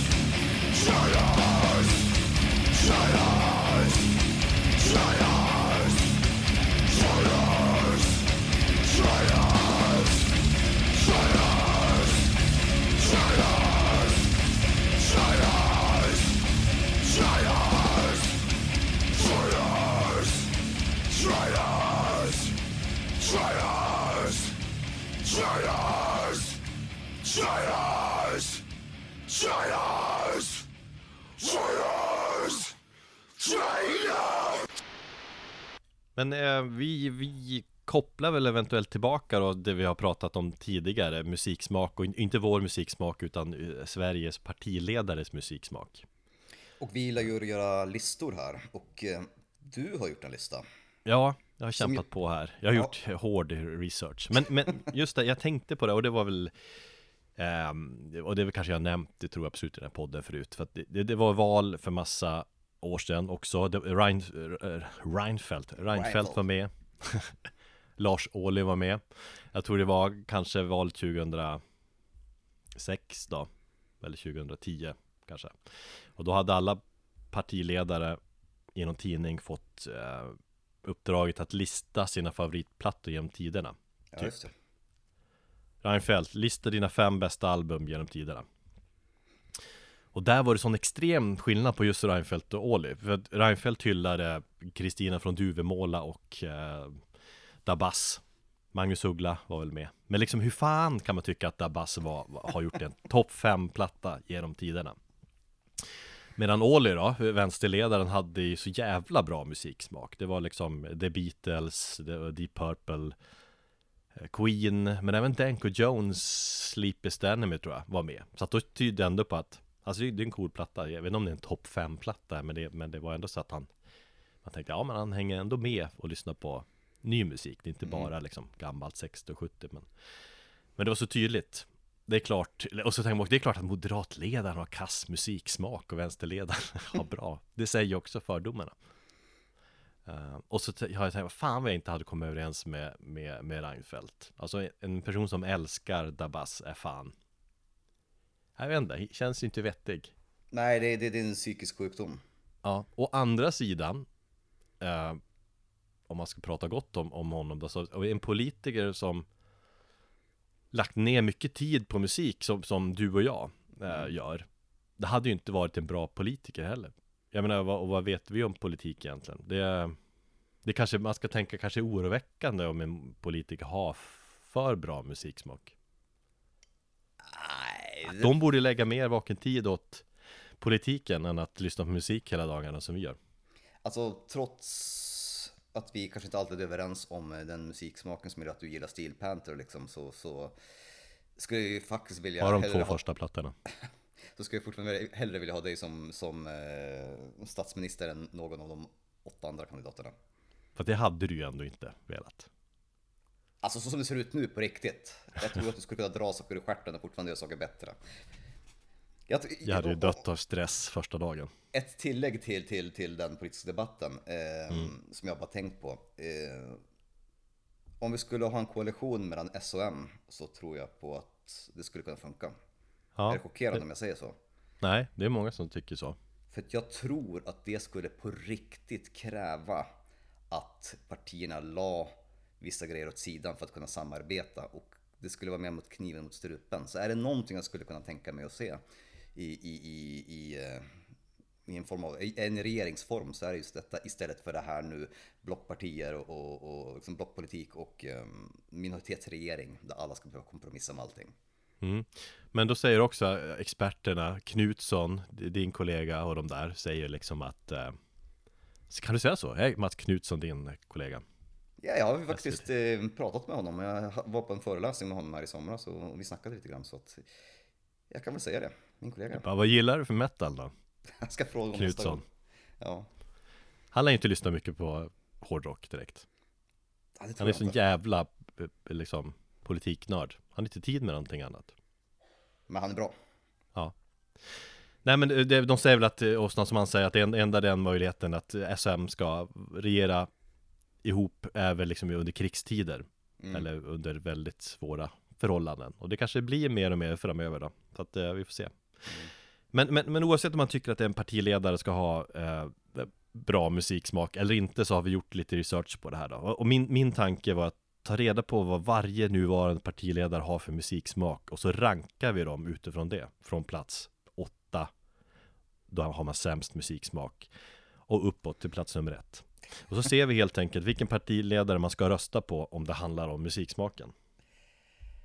Traitors, traitors, traitors, traitors. Traitors! Traitors! Traitors! Traitors! Men eh, vi, vi kopplar väl eventuellt tillbaka då det vi har pratat om tidigare, musiksmak, och inte vår musiksmak utan Sveriges partiledares musiksmak. Och vi gillar ju att göra listor här, och eh, du har gjort en lista. Ja, jag har Som kämpat ju... på här. Jag har ja. gjort hård research. Men, men just det, jag tänkte på det, och det var väl eh, och det är väl kanske jag har nämnt, det tror jag absolut i den här podden förut, för att det, det, det var val för massa år sedan också. det, Rein, Reinfeldt Reinfeldt var med. Lars Ohly var med. Jag tror det var kanske val tjugohundrasex då, eller tjugohundratio kanske. Och då hade alla partiledare i någon tidning fått eh, uppdraget att lista sina favoritplattor genom tiderna. Ja, typ. just det. Reinfeldt, lista dina fem bästa album genom tiderna. Och där var det sån extrem skillnad på just Reinfeldt och Ohly. För att Reinfeldt hyllade Kristina från Duvemåla och eh, Dabas. Magnus Uggla var väl med. Men liksom hur fan kan man tycka att Dabas var, har gjort en topp fem platta genom tiderna? Medan Ohly då, vänsterledaren, hade ju så jävla bra musiksmak. Det var liksom The Beatles, det var Deep Purple, Queen, men även Danko Jones Sleepest Enemy tror jag var med. Så att då tydde ändå på att, alltså det är en cool platta. Jag vet inte om det är en topp fem platta, men det, men det var ändå så att han, man tänkte, ja men han hänger ändå med och lyssnar på ny musik. Det är inte bara liksom gammalt sextio och sjuttio, men, men det var så tydligt. Det är klart, och så tänker man, det är klart att moderatledaren har kass musiksmak och vänsterledaren har bra. Det säger också fördomarna. Uh, och så t- har jag tänkt, vad fan vad jag inte hade kommit överens med, med, med Reinfeldt. Alltså en person som älskar Dabas är fan, jag vet inte, känns inte vettig. Nej, det, det, det är en psykisk sjukdom. Ja, å andra sidan, uh, om man ska prata gott om, om honom då, så en politiker som lagt ner mycket tid på musik som, som du och jag uh, gör, det hade ju inte varit en bra politiker heller. Jag menar, vad, och vad vet vi om politik egentligen? Det, det kanske, man ska tänka kanske oroväckande om en politiker har för bra musiksmak. Nej, det... De borde lägga mer vaken tid åt politiken än att lyssna på musik hela dagarna som vi gör. Alltså, trots att vi kanske inte alltid är överens om den musiksmaken som är att du gillar Steel Panther liksom, så, så skulle jag ju faktiskt vilja... Har de två ha... första plattorna? Så skulle jag fortfarande hellre vilja ha dig som, som eh, statsminister än någon av de åtta andra kandidaterna. För det hade du ju ändå inte velat. Alltså så som det ser ut nu på riktigt. Jag tror att du skulle kunna dra saker ur stjärten och fortfarande göra saker bättre. Jag, jag hade ju dött av stress första dagen. Ett tillägg till, till, till den politiska debatten eh, mm. som jag bara tänkt på. Eh, om vi skulle ha en koalition mellan S och M så tror jag på att det skulle kunna funka. Ja, är det chockerande det... om jag säger så? Nej, det är många som tycker så. För att jag tror att det skulle på riktigt kräva att partierna la vissa grejer åt sidan för att kunna samarbeta. Och det skulle vara mer mot kniven mot strupen. Så är det någonting jag skulle kunna tänka mig att se i, i, i, i, i en form av en regeringsform, så är det just detta istället för det här nu blockpartier och, och, och liksom blockpolitik och um, minoritetsregering där alla ska behöva kompromissa med allting. Mm. Men då säger också experterna, Knutsson, din kollega och de där, säger liksom att eh, kan du säga så? Hej, Mats Knutsson, din kollega. Ja, jag har faktiskt eh, pratat med honom. Jag var på en föreläsning med honom här i somras och vi snackade lite grann, så att jag kan väl säga det, min kollega. Ja, vad gillar du för metal då? Jag ska fråga om Knutsson. Ja. Han lär inte lyssna mycket på hårdrock direkt. Ja, han är sån jävla liksom politiknörd. Han har inte tid med någonting annat. Men han är bra. Ja. Nej, men det, de säger väl att, och som han säger, att en, enda den möjligheten att S M ska regera ihop är väl liksom under krigstider. Mm. Eller under väldigt svåra förhållanden. Och det kanske blir mer och mer framöver då. Så att eh, vi får se. Mm. Men, men, men oavsett om man tycker att en partiledare ska ha eh, bra musiksmak eller inte, så har vi gjort lite research på det här då. Och min, min tanke var att ta reda på vad varje nuvarande partiledare har för musiksmak, och så rankar vi dem utifrån det, från plats åtta, då har man sämst musiksmak, och uppåt till plats nummer ett. Och så ser vi helt enkelt vilken partiledare man ska rösta på om det handlar om musiksmaken.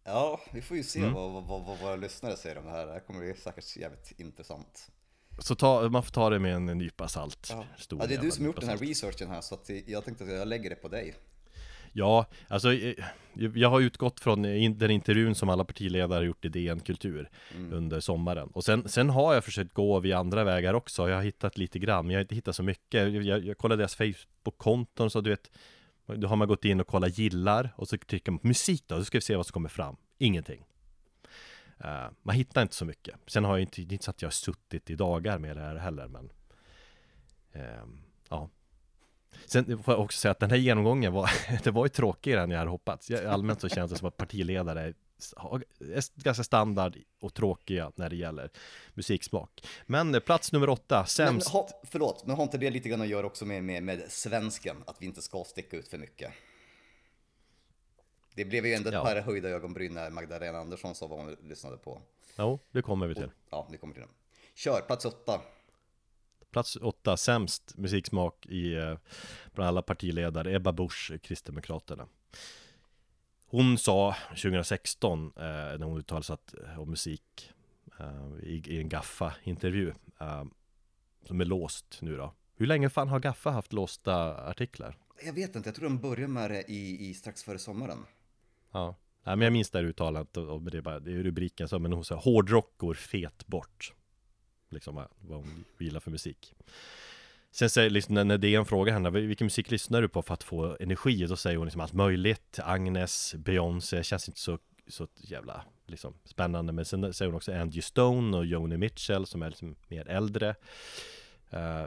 Ja, vi får ju se Mm. vad, vad, vad våra lyssnare säger om det här. Det här kommer bli säkert jävligt intressant. Så ta, man får ta det med en nypa salt. Ja, Stor ja det är du jävla som gjort nypa den här salt. researchen här, så att jag tänkte att jag lägger det på dig. Ja, alltså eh, jag har utgått från in- den intervjun som alla partiledare har gjort i D N Kultur Mm. under sommaren. Och sen, sen har jag försökt gå via andra vägar också. Jag har hittat lite grann, men jag har inte hittat så mycket. Jag, jag kollade deras Facebook-konton, så du vet, då har man gått in och kollat gillar och så trycker man på musik då, så ska vi se vad som kommer fram. Ingenting. Uh, man hittar inte så mycket. Sen har jag inte, det är inte så att jag har suttit i dagar med det här heller, men uh, ja. Sen får jag också säga att den här genomgången var, det var ju tråkigare än jag hade hoppats. Jag, allmänt så känns det som att partiledare är, är ganska standard och tråkiga när det gäller musiksmak. Men eh, plats nummer åtta, sämst. Men, ha, förlåt, men har inte det lite grann att göra också med, med, med svensken? Att vi inte ska sticka ut för mycket. Det blev ju ändå ett Ja. par höjda ögonbryn när Magdalena Andersson sa vad hon lyssnade på. Jo, det kommer vi till. Ja, vi kommer till det. Kör, plats åtta. Plats åtta, sämst musiksmak i, eh, bland alla partiledare, Ebba Busch, Kristdemokraterna. Hon sa tjugohundrasexton, eh, när hon uttalade sig att, om musik eh, i, i en Gaffa-intervju, eh, som är låst nu då. Hur länge fan har Gaffa haft låsta artiklar? Jag vet inte, jag tror de började med det i, i strax före sommaren. Ja, nej, men jag minns det här uttalandet och, och det är bara, det är rubriken så, men hon sa hårdrock går fet bort. Liksom vad hon gillar för musik. Sen säger liksom, när det är en fråga henne, vilken musik lyssnar du på för att få energi? Då säger hon liksom allt möjligt. Agnes, Beyoncé, känns inte så, så jävla liksom, spännande. Men sen säger hon också Angie Stone och Joni Mitchell som är liksom mer äldre uh,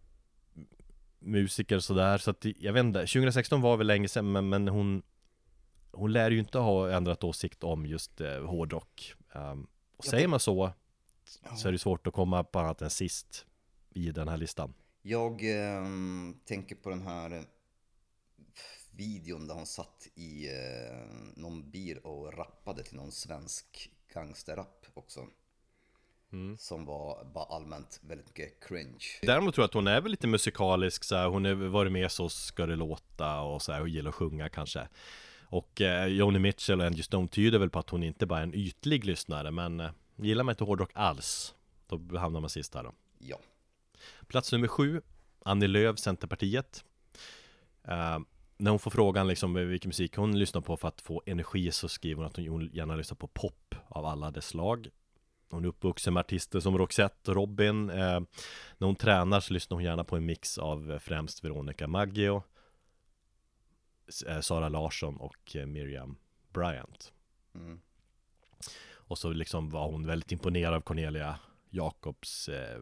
musiker och sådär. Så att jag vet inte, tjugohundrasexton var väl länge sedan, men, men hon hon lär ju inte ha ändrat åsikt om just uh, hårdrock. Um, och säger man så så är det svårt att komma på annat än sist i den här listan. Jag eh, tänker på den här videon där hon satt i eh, någon bil och rappade till någon svensk gangsterrap också. Mm. Som var bara allmänt väldigt mycket cringe. Däremot tror jag att hon är väl lite musikalisk så här, hon har varit med Så ska det låta och så här, och gillar att sjunga kanske. Och eh, Joni Mitchell och Angie Stone tyder väl på att hon inte bara är en ytlig lyssnare, men eh, gillar man inte hårdrock alls, då hamnar man sist här då. Ja. Plats nummer sju, Annie Lööf, Centerpartiet. Uh, när hon får frågan liksom vilken musik hon lyssnar på för att få energi, så skriver hon att hon gärna lyssnar på pop av alla dess slag. Hon är uppvuxen med artister som Roxette och Robin. Uh, när hon tränar så lyssnar hon gärna på en mix av främst Veronica Maggio, uh, Sara Larsson och uh, Miriam Bryant. Mm. Och så liksom var hon väldigt imponerad av Cornelia Jacobs uh,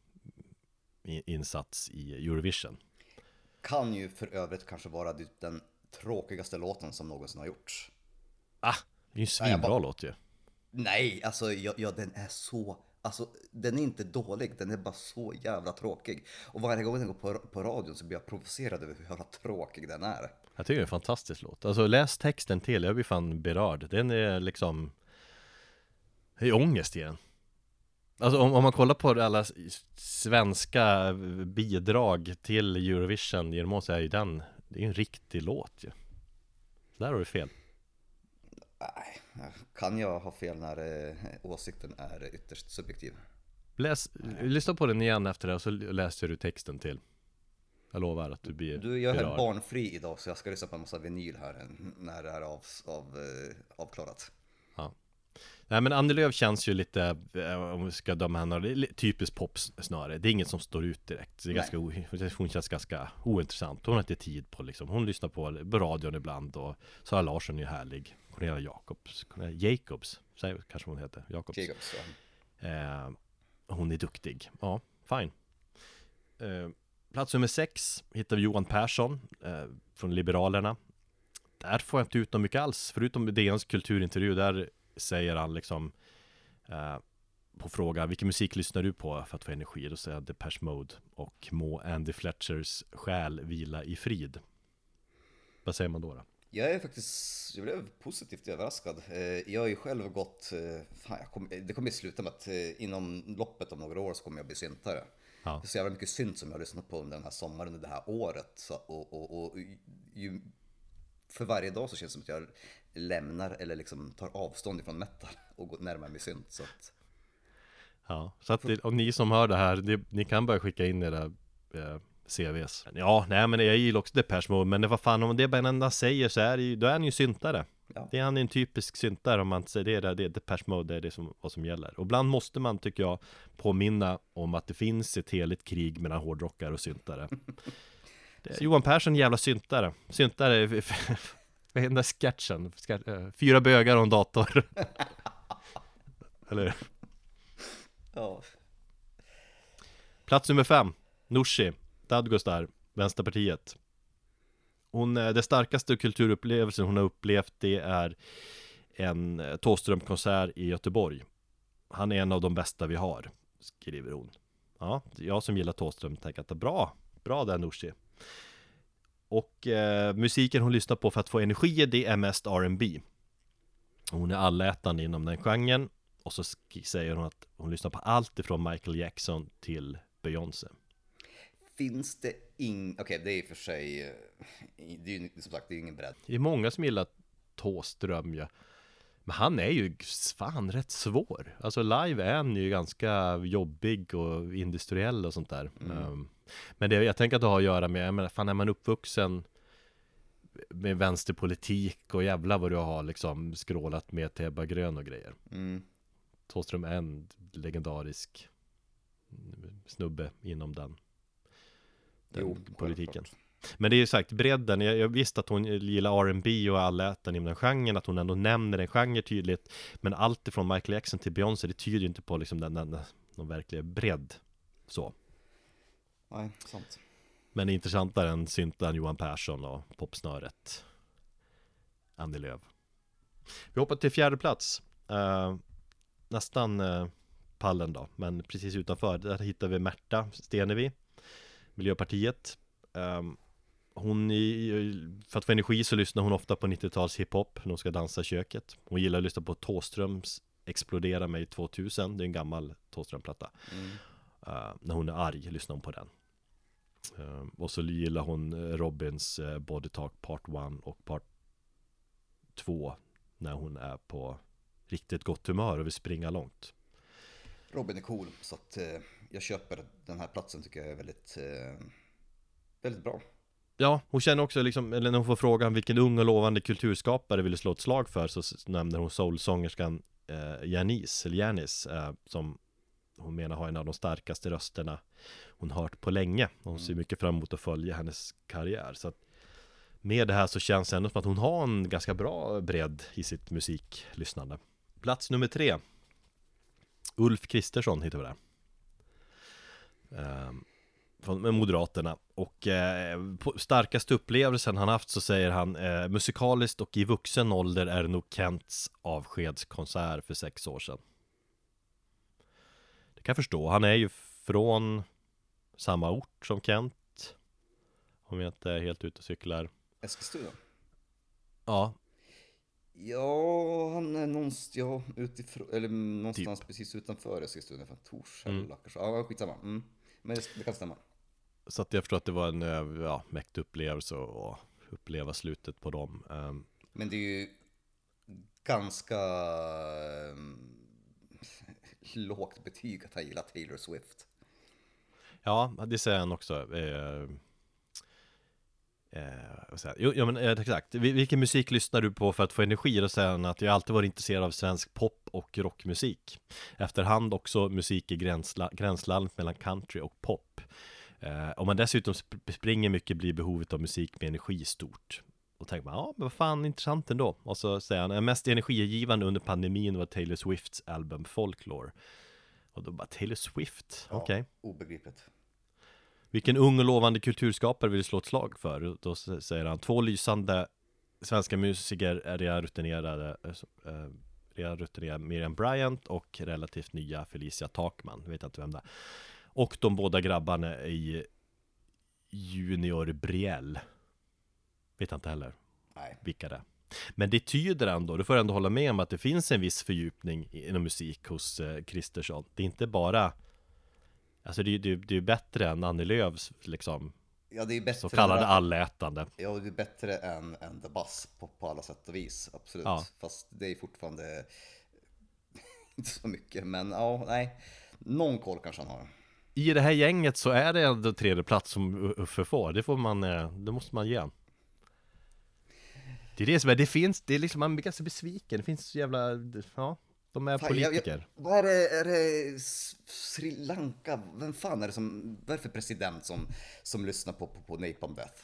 insats i Eurovision. Kan ju för övrigt kanske vara den tråkigaste låten som någonsin har gjorts. Ah, det är ju en svinbra bara... låt ju. Nej, alltså ja, ja, den är så... Alltså, den är inte dålig, den är bara så jävla tråkig. Och varje gång den går på, på radion så blir jag provocerad över hur jävla tråkig den är. Jag tycker det är en fantastisk låt. Alltså läs texten till, jag blir fan berörd. Den är liksom... Det är ångest i den. Alltså om, om man kollar på alla svenska bidrag till Eurovision genom att säga den, det är ju en riktig låt ju. Så där har du fel. Nej, kan jag ha fel när eh, åsikten är ytterst subjektiv? Läs, lyssna på den igen efter det och så läser du texten till. Jag lovar att du blir Du, jag är berörd. barnfri idag så jag ska lyssna på en massa vinyl här när det är av, av, avklarat. Ja. Nej, men Annie Lööf känns ju lite, om vi ska döma henne, typiskt pop snarare. Det är inget som står ut direkt. Det är ganska, hon känns ganska ointressant. Hon har inte tid på liksom. Hon lyssnar på, på radion ibland och Sara Larsson är ju härlig. Cornelia Jacobs, Cornelia Jacobs, säger kanske hon heter. Jacobs. Jacobs ja. eh, hon är duktig. Ja, fine. Eh, plats nummer sex hittar vi Johan Persson eh, från Liberalerna. Där får jag inte ut något mycket alls. Förutom D N:s kulturintervju där säger han liksom eh, på fråga vilken musik lyssnar du på för att få energi? Då säger han Depeche Mode och må Andy Fletchers själ vila i frid. Vad säger man då då? Jag är faktiskt, jag blev positivt överraskad. Jag har ju själv gått, fan, jag kom, det kommer att sluta med att inom loppet om några år så kommer jag bli syntare. Ja. Det är så jävla mycket synt som jag har lyssnat på under den här sommaren, under det här året. Så, och, och, och ju för varje dag så känns det som att jag lämnar eller liksom tar avstånd ifrån metal och går närmare mig synt. Så att... Ja, så att det, om ni som hör det här, det, ni kan bara skicka in era eh, C Vs. Ja, nej men jag gillar också Depeche Mode, men det var fan, om det bara en enda säger så är det ju, då är han ju syntare. Ja. Det är han en typisk syntare, om man säger det, det är Depeche Mode, det är det som, vad som gäller. Och ibland måste man, tycker jag, påminna om att det finns ett heligt krig mellan hårdrockare och syntare. Det är Johan Persson, jävla syntare. Syntare, vad är den där sketchen? Fyra bögar och en dator. Eller? Ja. Plats nummer fem, Nooshi Dadgostar, Vänsterpartiet. Hon, det starkaste kulturupplevelsen hon har upplevt, det är en Thåström-konsert i Göteborg. Han är en av de bästa vi har, skriver hon. Ja, jag som gillar Thåström tänker att det är bra, bra där Nooshi. Och eh, musiken hon lyssnar på för att få energi, det är mest R and B. Hon är allätande inom den genren. Och så säger hon att hon lyssnar på allt ifrån Michael Jackson till Beyoncé. Finns det ing... Okej, okay, det är i och för sig... Det är ju som sagt, det är ingen bredd. Det är många som gillar Thåström, ja. Men han är ju fan rätt svår. Alltså live är han ju ganska jobbig och industriell och sånt där. Mm. Um, men det, jag tänker att det har att göra med, jag menar, fan är man uppvuxen med vänsterpolitik och jävla vad du har liksom skrålat med Tebba Grön och grejer. Mm. Thåström är en legendarisk snubbe inom den, den jo, politiken. Självklart. Men det är ju sagt, bredden, jag, jag visste att hon gillar R and B och allätan inom den genren, att hon ändå nämner en genre tydligt, men allt ifrån Michael Jackson till Beyoncé, det tyder inte på liksom den, den, den, den verkliga bredd så. Nej, sant. Men det är intressantare än syntan Johan Persson och popsnöret Annie Lööf. Vi hoppar till fjärde plats. Uh, nästan uh, pallen då, men precis utanför där hittar vi Märta Stenevi, Miljöpartiet. Um, hon i, för att få energi så lyssnar hon ofta på nittio-tals hiphop när hon ska dansa i köket. Hon gillar att lyssna på Thåströms Explodera mig tvåtusen, det är en gammal Thåström-platta. Mm. Uh, när hon är arg lyssnar hon på den. Uh, och så gillar hon Robins uh, Body Talk Part ett och Part två när hon är på riktigt gott humör och vill springa långt. Robin är cool, så att uh, jag köper den här platsen, tycker jag är väldigt uh, väldigt bra. Ja, hon känner också liksom, eller när hon får frågan vilken ung och lovande kulturskapare vill slå ett slag för, så nämner hon soulsångerskan eh, Janis, eller Janis, eh, som hon menar har en av de starkaste rösterna hon hört på länge. Och hon mm. ser mycket fram emot att följa hennes karriär. Så att med det här så känns det ändå som att hon har en ganska bra bredd i sitt musiklyssnande. Plats nummer tre. Ulf Kristersson hittar vi där. Um, från Moderaterna. Och eh, på starkaste upplevelsen han haft så säger han eh, musikaliskt och i vuxen ålder är det nog Kents avskedskonsert för sex år sedan. Det kan jag förstå. Han är ju från samma ort som Kent. Om jag inte är helt ute och cyklar. Eskilstuna? Ja. Ja, han är någonstans, ja, utifrån, eller någonstans typ. Precis utanför Eskilstuna, från Torshälla mm. kanske. Ja, skitsamma. Mm. Men det, det kan stämma. Så att jag förstår att det var en ja, mäktig upplevelse att uppleva slutet på dem. Um, Men det är ju ganska um, lågt betyg att han gillar Taylor Swift. Ja, det säger han också. Eh, eh, jo, ja, men eh, exakt. Vilken musik lyssnar du på för att få energi? Då säger han att jag alltid varit intresserad av svensk pop och rockmusik. Efterhand också musik i gränsla, gränslandet mellan country och pop. Eh, om man dessutom sp- springer mycket blir behovet av musik med energi stort. Och tänker man, ja men vad fan intressant ändå. Och så säger han, mest energigivande under pandemin var Taylor Swifts album Folklore. Och då bara, Taylor Swift, ja, okej. Okay. Obegripligt. Vilken ung och lovande kulturskapare vill slå ett slag för? Då säger han, två lysande svenska musiker är redan rutinerade, äh, redan rutinerade Miriam Bryant och relativt nya Felicia Takman. Jag vet inte vem det är. Och de båda grabbarna i Junior Brielle. Vet inte heller. Nej. Vilka det är. Men det tyder ändå, du får ändå hålla med om att det finns en viss fördjupning inom musik hos eh, Kristersson. Det är inte bara, alltså det, det, det är bättre än Annie Lööfs liksom Ja, det är bättre Så kallade än, allätande. ja, det är bättre än, än The Buzz på, på alla sätt och vis, absolut. Ja. Fast det är fortfarande inte så mycket, men ja, nej. Någon koll kanske han har. I det här gänget så är det ändå tredje plats som Uffe får. Det får man, eh, det måste man ge. Det är det som är, det finns, det är liksom, man blir ganska besviken. Det finns så jävla, ja, de är Fan, politiker. Jag, jag, vad är det, är det Sri Lanka? Vem fan är det som, vad är det för president som, som lyssnar på, på, på Napalm Death?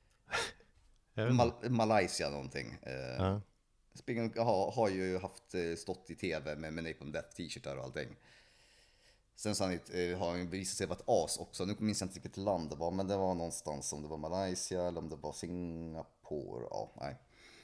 Mal, Malaysia någonting. Eh, Ja. Springen har, har ju haft stått i tv med, med Napalm Death t-shirtar och allting. Sen så han, har han visat sig vara ett as också. Nu minns jag inte vilket land det var, men det var någonstans, om det var Malaysia eller om det var Singapore. Ja, nej.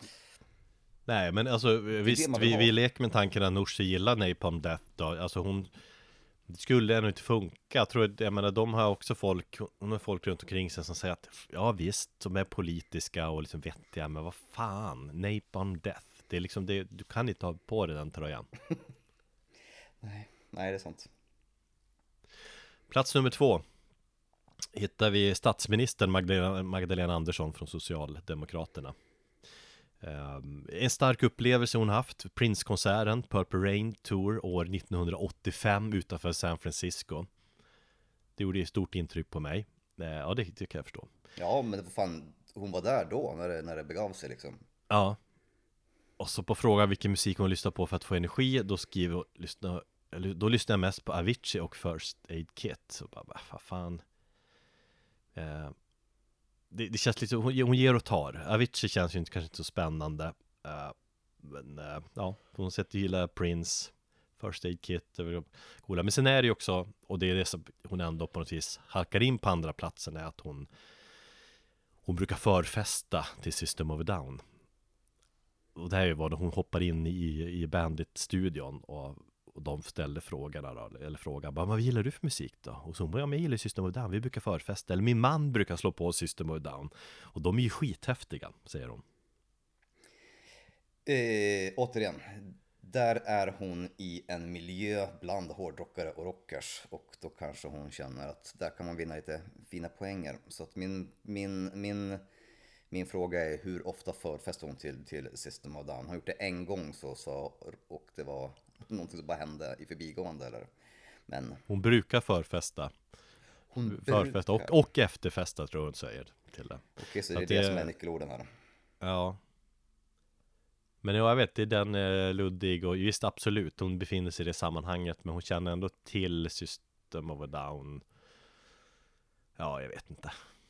Nej, men alltså visst, vi, vi leker med tanken att Nooshi gillar Napalm Death då. Alltså hon skulle ändå inte funka. Jag tror att, jag menar, de har också folk, hon har folk runt omkring sig som säger att ja visst, de är politiska och liksom vettiga, men vad fan, Napalm Death. Det är liksom det, du kan inte ha på dig den tröjan. nej, nej, det är sant. Plats nummer två hittar vi statsministern Magdalena, Magdalena Andersson från Socialdemokraterna. Um, en stark upplevelse hon haft, Prince-konserten Purple Rain Tour år nittonhundraåttiofem utanför San Francisco. Det gjorde ett stort intryck på mig. uh, Ja, det, det kan jag förstå. Ja, men det var fan, hon var där då när det, när det begav sig liksom. Ja. Och så på frågan vilken musik hon lyssnar på för att få energi, då skriver hon, lyssna, eller, då lyssnar jag mest på Avicii och First Aid Kit. Så bara, vad fan. uh, Det, det känns lite, hon, hon ger och tar. Avicii känns ju inte, kanske inte så spännande. Uh, men uh, ja, hon sätter gilla Prince, First Aid Kit, coola. Men sen är det ju också, och det är det som hon ändå på något vis halkar in på andra platsen, är att hon hon brukar förfesta till System of a Down. Och det här är ju vad hon hoppar in i, i Bandit-studion och Och de ställde frågan då, eller frågan, vad gillar du för musik då? Och så, ja, men jag gillar System of a Down, vi brukar förfesta. Eller min man brukar slå på System of a Down. Och de är ju skithäftiga, säger hon. Eh, återigen, där är hon i en miljö bland hårdrockare och rockers. Och då kanske hon känner att där kan man vinna lite fina poänger. Så att min, min, min, min fråga är, hur ofta förfestar hon till, till System of a Down? Hon har gjort det en gång så, så och det var någonting som bara hände i förbigående eller. Men hon brukar förfesta. Hon förfesta och, och efterfesta, tror hon säger till det. Okej, så det är det, det som är nyckelorden här. Ja. Men jag vet, det är den eh, Luddig, och just absolut, hon befinner sig i det sammanhanget, men hon känner ändå till System of a Down. Ja, jag vet inte.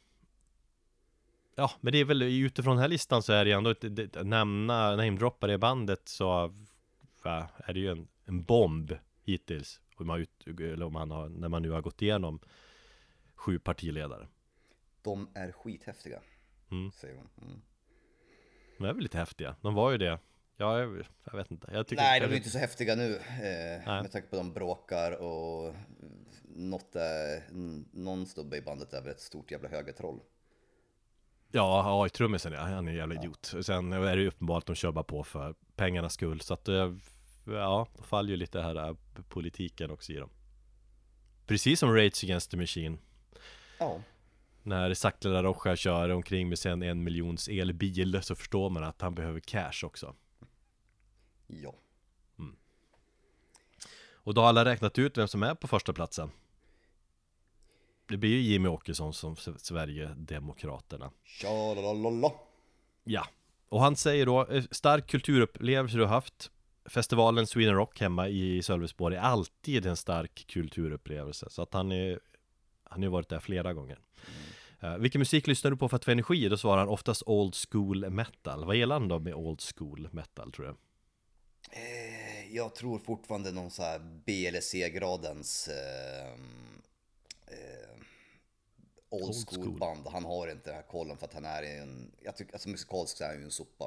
Ja, men det är väl utifrån den här listan så är det ändå ett, det, att nämna namedroppar i bandet, så ja, är det ju en, en bomb hittills, om man ut, eller om man har, när man nu har gått igenom sju partiledare. De är skithäftiga, mm. säger hon. Mm. De är väl lite häftiga, de var ju det. Ja, jag, jag vet inte. Jag tycker Nej, de är det... inte så häftiga nu. Eh, med tanke på att de bråkar och något är, någon stubbe i bandet är väl ett stort jävla högertroll. Ja, ja, i trummisen, ja, han är en jävla idiot. Ja. Sen är det ju uppenbart att de kör bara på för pengarnas skull. Så att, ja, då faller ju lite här äh, politiken också i dem. Precis som Rage Against the Machine. Ja. När Zack de la Rocha kör omkring med sen en miljons elbil, så förstår man att han behöver cash också. Ja. Mm. Och då har alla räknat ut vem som är på första platsen. Det blir ju Jimmy Åkesson som Sverigedemokraterna. Tja-la-la-la-la. Ja, och han säger då, stark kulturupplevelse du har haft. Festivalen Sweden Rock hemma i Sölvesborg är alltid en stark kulturupplevelse. Så att han är, han har varit där flera gånger. Mm. Uh, vilken musik lyssnar du på för att få energi? Då svarar han oftast old school metal. Vad gillar han då med old school metal, tror jag? Eh, jag tror fortfarande någon så här B L C-gradens eh, eh, old, old school, school band. Han har inte den här kollen för att han är en, jag tycker, alltså musikaliskt så är han ju en sopa.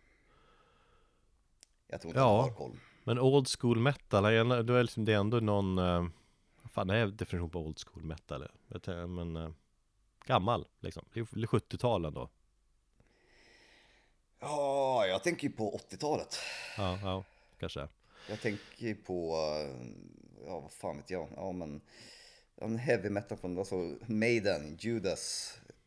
Jag tror inte ja, han har koll. Men old school metal, då är liksom det ändå någon, uh, fan det är definition på old school metal. Men uh, gammal liksom, det är sjuttiotalet då. Ja, jag tänker ju på åttiotalet. Ja, ja, kanske. Jag tänker på, ja vad fan vet jag, ja men en heavy metal från, alltså Maiden, Judas,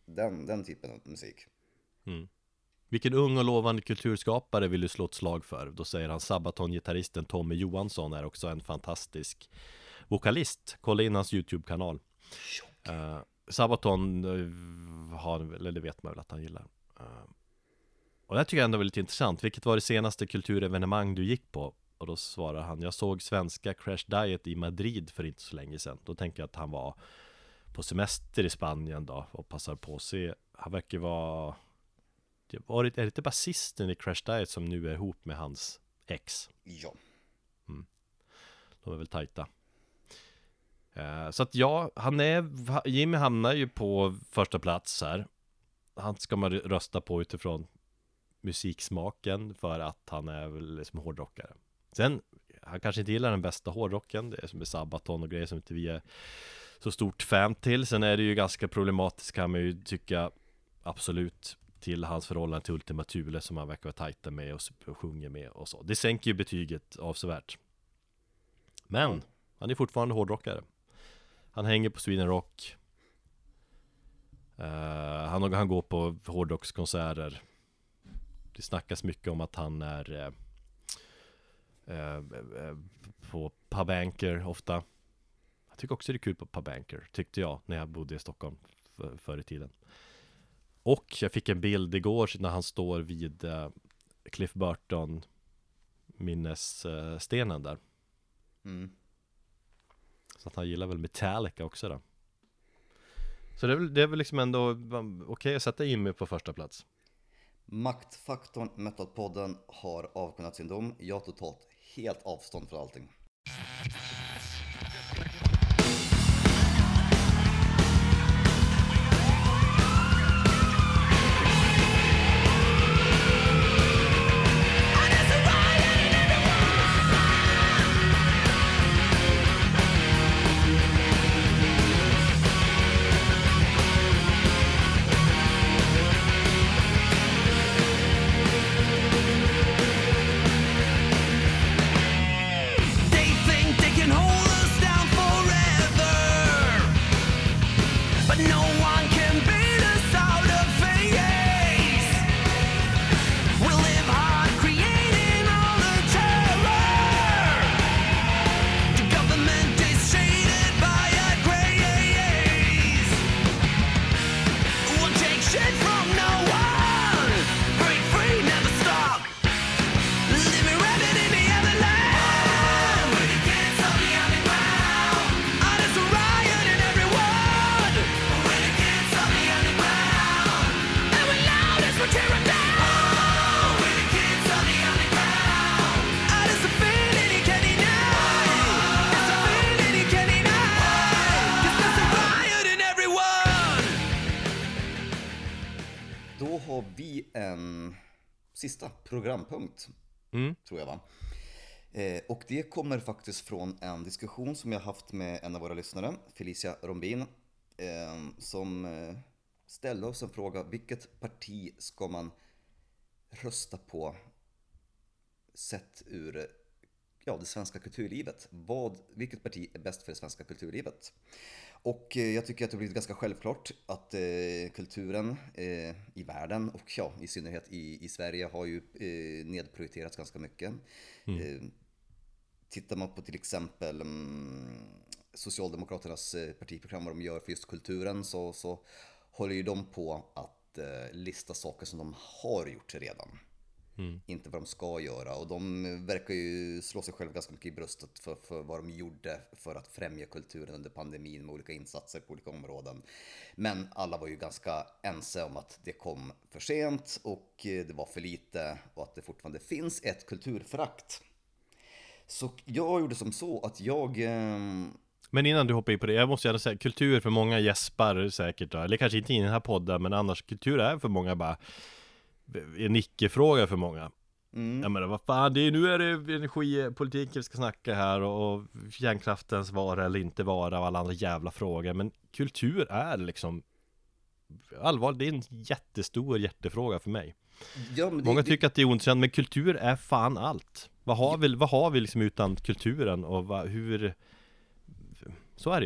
Den, den typen av musik. Mm. Vilken ung och lovande kulturskapare vill du slå ett slag för? Då säger han Sabaton-gitarristen Tommy Johansson är också en fantastisk vokalist. Kolla in hans YouTube-kanal. uh, Sabaton uh, har, eller det vet man väl att han gillar. uh, Och det tycker jag ändå var lite intressant. Vilket var det senaste kulturevenemang du gick på? Och då svarar han: jag såg svenska Crash Diet i Madrid för inte så länge sedan. Då tänker jag att han var på semester i Spanien då och passar på att se. Han verkar vara Var det, är det inte basisten i Crash Diet som nu är ihop med hans ex? Ja. Mm. De är väl tajta. Uh, så att ja, han är, Jimmy hamnar ju på första plats här. Han ska man rösta på utifrån musiksmaken för att han är väl liksom hårdrockare. Sen, han kanske inte gillar den bästa hårdrocken. Det är som med Sabaton och grejer som inte vi är så stort fan till. Sen är det ju ganska problematiskt, kan man ju tycka, absolut, till hans förhållande till Ultima Thule som han verkar vara tajta med och, och sjunger med och så. Det sänker ju betyget avsevärt. Men mm. han är fortfarande hårdrockare. Han hänger på Sweden Rock. Uh, han, han går på hårdrockskonserter. Det snackas mycket om att han är uh, uh, uh, på Pub Anchor ofta. Jag tycker också det är kul på Pub Anchor, tyckte jag när jag bodde i Stockholm för, förr i tiden. Och jag fick en bild igår när han står vid uh, Cliff Burton minnesstenen uh, där. Mm. Så att han gillar väl Metallica också då. Så det är väl, det är väl liksom ändå okej okay, att sätta Jimmy på första plats. Maktfaktorn Metalpodden har avkunnat sin dom. Jag har totalt helt avstånd från allting. Sista programpunkt, mm. tror jag va? Eh, och det kommer faktiskt från en diskussion som jag haft med en av våra lyssnare, Felicia Rombin, eh, som eh, ställde oss en fråga: vilket parti ska man rösta på sett ur ja, det svenska kulturlivet? Vad, vilket parti är bäst för det svenska kulturlivet? Och eh, jag tycker att det blivit ganska självklart att eh, kulturen eh, i världen och ja, i synnerhet i, i Sverige har ju eh, nedprioriterats ganska mycket. Mm. Eh, tittar man på till exempel mm, Socialdemokraternas eh, partiprogram, vad de gör för just kulturen, så, så håller ju de på att eh, lista saker som de har gjort redan. Mm. Inte vad de ska göra, och de verkar ju slå sig själv ganska mycket i bröstet för, för vad de gjorde för att främja kulturen under pandemin med olika insatser på olika områden. Men alla var ju ganska ense om att det kom för sent och det var för lite och att det fortfarande finns ett kulturförakt. Så jag gjorde som så att jag... Eh... Men innan du hoppar in på det, jag måste gärna säga, kultur för många gäspar säkert då, eller kanske inte i den här podden, men annars kultur är för många bara en icke-fråga för många. Mm. Jag menar, vad fan, det är, nu är det energipolitik vi ska snacka här och, och kärnkraftens vara eller inte vara och alla andra jävla frågor, men kultur är liksom allvarligt, det är en jättestor hjärtefråga för mig. Ja, det, många tycker det... att det är ointressant, men kultur är fan allt. Vad har vi, vad har vi liksom utan kulturen och vad, hur... Så är det ju.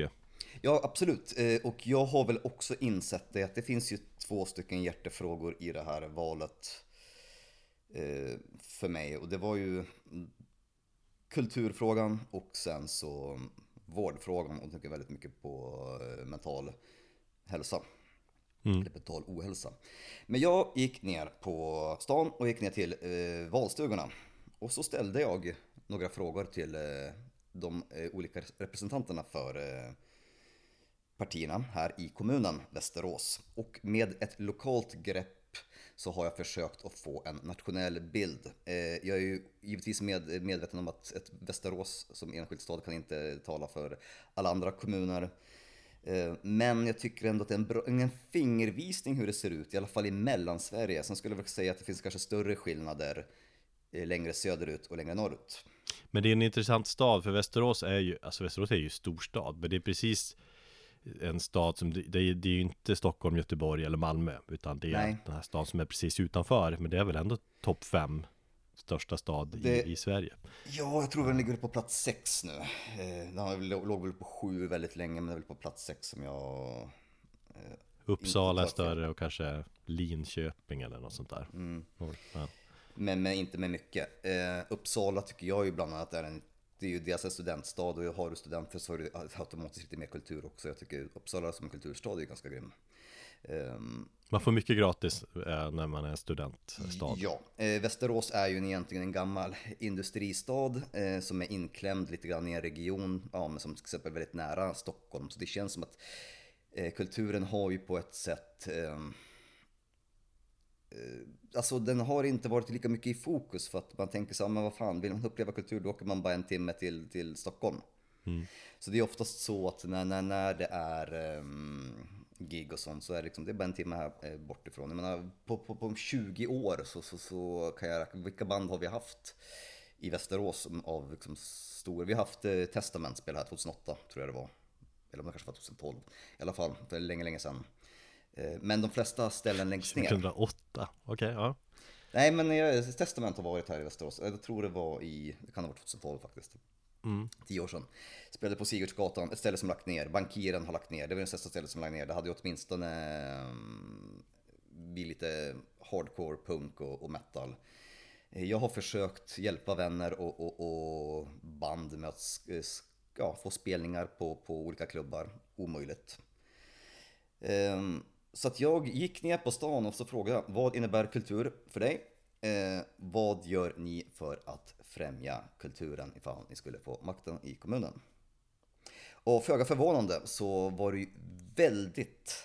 Ja, absolut. Eh, Och jag har väl också insett det att det finns ju två stycken hjärtefrågor i det här valet eh, för mig. Och det var ju kulturfrågan och sen så vårdfrågan, och jag tänker väldigt mycket på eh, mental hälsa. Mm. Eller mental ohälsa. Men jag gick ner på stan och gick ner till eh, valstugorna. Och så ställde jag några frågor till eh, de eh, olika representanterna för eh, partierna här i kommunen Västerås. Och med ett lokalt grepp så har jag försökt att få en nationell bild. Eh, Jag är ju givetvis med, medveten om att ett Västerås som enskild stad kan inte tala för alla andra kommuner. Eh, Men jag tycker ändå att det är en, bra, en fingervisning hur det ser ut, i alla fall i Mellansverige. Sen skulle jag väl säga att det finns kanske större skillnader eh, längre söderut och längre norrut. Men det är en intressant stad, för Västerås är ju, alltså Västerås är ju storstad, men det är precis en stad som, det är, det är ju inte Stockholm, Göteborg eller Malmö, utan det är Nej. den här staden som är precis utanför, men det är väl ändå topp fem största stad Det- i, i Sverige. Ja, jag tror den ligger på plats sex nu. Eh, Den har väl- låg väl på sju väldigt länge, men det är väl på plats sex som jag... Uppsala är Inte klart, större och kanske Linköping eller något sånt där. Mm. Ja. Men, men inte med mycket. Eh, Uppsala tycker jag ju bland annat är en... Det är ju dels en studentstad, och har du studenter så har du automatiskt lite mer kultur också. Jag tycker Uppsala som en kulturstad är ju ganska grym. Ehm, Man får mycket gratis eh, när man är studentstad. Ja, eh, Västerås är ju egentligen en gammal industristad eh, som är inklämd lite grann i en region, ja, men som till exempel är väldigt nära Stockholm. Så det känns som att eh, kulturen har ju på ett sätt, eh, eh, alltså den har inte varit lika mycket i fokus, för att man tänker så här, men vad fan, vill man uppleva kultur då åker man bara en timme till, till Stockholm. Mm. Så det är oftast så att när, när, när det är um, gig och sånt, så är det, liksom, det är bara en timme här eh, bort ifrån. Jag menar, på, på, på tjugo år så, så, så kan jag räkna, vilka band har vi haft i Västerås av liksom stor? Vi har haft eh, Testament spel här tjugohundraåtta, tror jag det var. Eller om det kanske var tjugohundratolv. I alla fall, för länge, länge sedan. Eh, men de flesta ställen längst ner. tjugohundraåtta, okej, okay, ja. Nej, men eh, Testament har varit här i Västerås. Jag tror det var i, det kan ha varit tjugotolv faktiskt. Mm. Tio år sedan. Spelade på Sigurdsgatan, ett ställe som lagt ner. Bankiren har lagt ner. Det var det sista stället som lagt ner. Det hade ju åtminstone um, bli lite hardcore, punk och, och metal. Jag har försökt hjälpa vänner och, och, och band med att ja, få spelningar på, på olika klubbar. Omöjligt. Um, så att jag gick ner på stan och så frågade, vad innebär kultur för dig? Eh, vad gör ni för att främja kulturen ifall ni skulle få makten i kommunen? Och föga förvånande så var det ju väldigt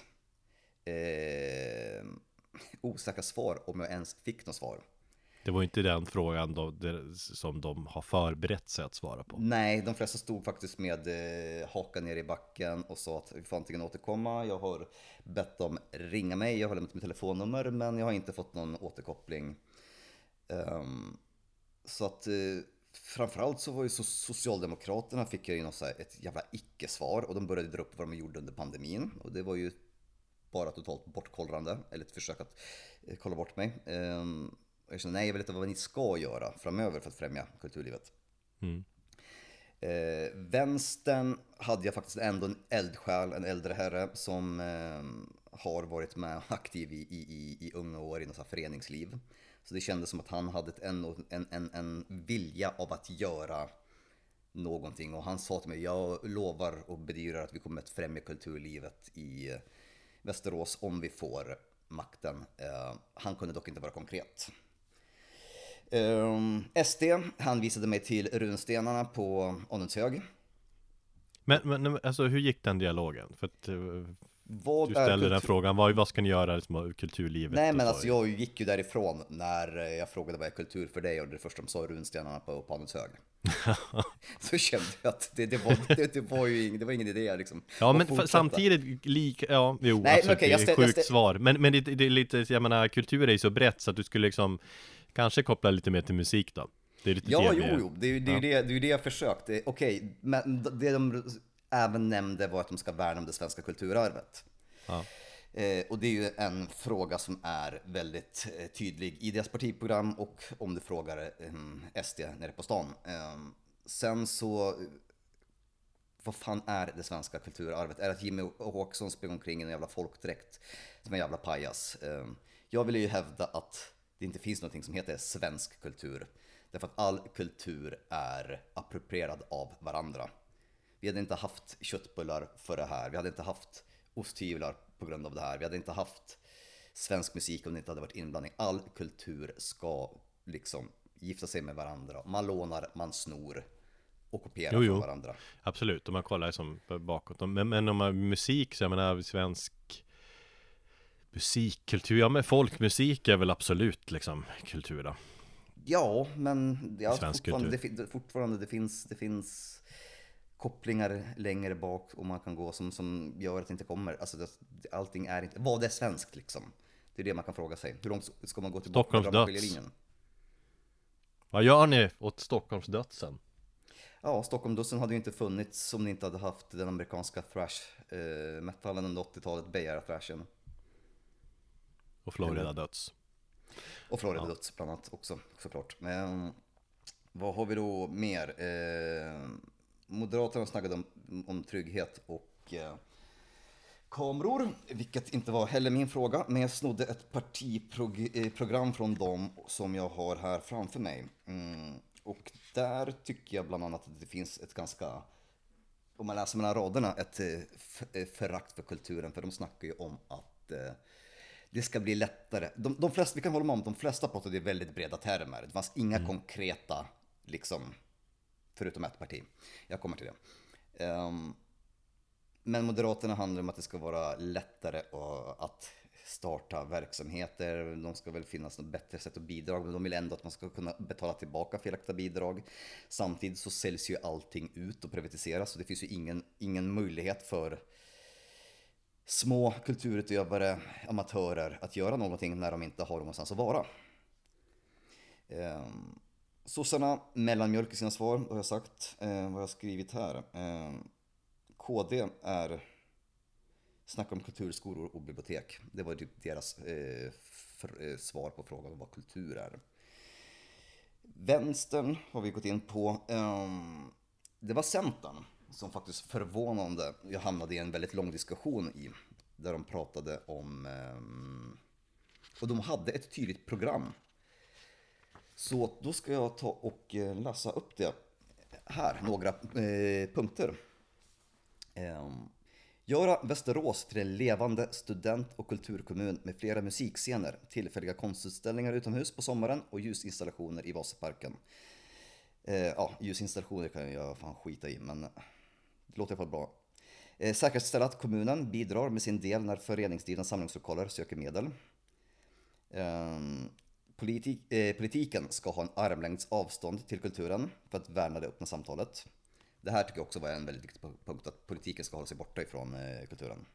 eh, osäkra svar, om jag ens fick något svar. Det var inte den frågan då, det, som de har förberett sig att svara på. Nej, de flesta stod faktiskt med eh, hakan ner i backen och sa att vi får antingen återkomma. Jag har bett dem ringa mig, jag har lämnat mitt telefonnummer, men jag har inte fått någon återkoppling. Um, så att uh, framförallt så var ju så Socialdemokraterna fick jag ju något så här, ett jävla icke-svar, och de började dra upp vad de gjorde under pandemin, och det var ju bara totalt bortkollrande, eller ett försök att uh, kolla bort mig. Um, och jag kände, nej, jag vill inte vad ni ska göra framöver för att främja kulturlivet. Mm. Uh, vänstern hade jag faktiskt ändå en eldsjäl, en äldre herre som uh, har varit med aktiv i, i, i, i unga år i något så här föreningsliv. Så det kändes som att han hade en, en, en, en vilja av att göra någonting. Och han sa till mig, jag lovar och bedyrar att vi kommer att främja kulturlivet i Västerås om vi får makten. Uh, han kunde dock inte vara konkret. Um, S D, han visade mig till runstenarna på Onundshög. Men, men alltså, hur gick den dialogen? För att uh, Vad du ställde kultur- den frågan, vad, vad ska ni göra liksom, av kulturlivet? Nej, och men så? alltså jag gick ju därifrån när jag frågade vad är kultur för dig, och det första de sa runstenarna på Panelshög. Så kände jag att det, det, var, det, det var ju ing, det var ingen idé liksom. Ja, att men fortsätta. f- samtidigt lika, ja, jo, Nej, alltså, men okej, det jag är ställ- ett jag sjukt ställ- svar. Men, men det, det är lite, jag menar, kultur är ju så brett så att du skulle liksom kanske koppla lite mer till musik då. Det är lite Ja, det jo, vi- jo, det är ju det, är ju det, det, är ju det jag försökte. Okej, men det de även nämnde var att de ska värna om det svenska kulturarvet. Ja. Eh, och det är ju en fråga som är väldigt eh, tydlig i deras partiprogram, och om du frågar eh, S D nere på stan. Eh, sen så vad fan är det svenska kulturarvet? Är det att Jimmy Åkesson springer omkring i en jävla folkdräkt som en jävla pajas? Jag vill ju hävda att det inte finns någonting som heter svensk kultur. Därför att all kultur är approprierad av varandra. Vi hade inte haft köttbullar för det här. Vi hade inte haft osthyvlar på grund av det här. Vi hade inte haft svensk musik om det inte hade varit inblandning. All kultur ska liksom gifta sig med varandra. Man lånar, man snor och kopierar jo, jo. från varandra. Absolut, om man kollar som bakåt. Men, men om man musik, så jag menar svensk musikkultur, ja men folkmusik är väl absolut liksom kultur då. Ja, men ja, svensk fortfarande, kultur. det, fortfarande det finns, det finns kopplingar längre bak och man kan gå som, som gör att det inte kommer. Alltså det, allting är inte, vad är svenskt liksom? Det är det man kan fråga sig. Hur långt ska man gå tillbaka Stockholms på döds. Vad gör ni åt Stockholms dödsen? Ja, Stockholmsdödsen hade ju inte funnits om ni inte hade haft den amerikanska thrash eh, metallen under åttiotalet, Bay Area thrashen. Och Florida döds. Och Florida Ja. döds bland annat också, såklart. Men vad har vi då mer? Eh, Moderaterna snackade om, om trygghet och eh, kameror, vilket inte var heller min fråga, men jag snodde ett partiprogram från dem som jag har här framför mig. Mm, och där tycker jag bland annat att det finns ett ganska, om man läser mellan raderna, ett eh, förakt för kulturen, för de snackar ju om att eh, det ska bli lättare. De, de flesta, vi kan hålla med om att de flesta pratade i väldigt breda termer. Det fanns inga mm. konkreta, liksom, förutom ett parti. Jag kommer till det. Um, men Moderaterna handlar om att det ska vara lättare att starta verksamheter. De ska väl finnas något bättre sätt att bidra, men de vill ändå att man ska kunna betala tillbaka felaktiga bidrag. Samtidigt så säljs ju allting ut och privatiseras, så det finns ju ingen, ingen möjlighet för små kulturutövare, amatörer att göra någonting när de inte har någonstans att vara. Eh, Sossarna mellanmjölk i sina svar, har jag sagt, eh, vad jag har skrivit här. Eh, K D är snackar om kulturskolor och bibliotek. Det var typ deras eh, för, eh, svar på frågan om vad kultur är. Vänstern har vi gått in på. Eh, det var Centern som faktiskt förvånande, jag hamnade i en väldigt lång diskussion i, där de pratade om, och de hade ett tydligt program. Så då ska jag ta och läsa upp det här, några eh, punkter. Eh, göra Västerås till en levande student- och kulturkommun med flera musikscener, tillfälliga konstutställningar utomhus på sommaren och ljusinstallationer i Vasaparken. Eh, ja, ljusinstallationer kan jag fan skita i, men det låter i alla fall bra. Eh, säkerställa att kommunen bidrar med sin del när föreningsdrivna samlingslokaler söker medel. Eh, politik, eh, politiken ska ha en armlängds avstånd till kulturen för att värna det öppna samtalet. Det här tycker jag också var en väldigt viktig punkt, att politiken ska hålla sig borta ifrån eh, kulturen.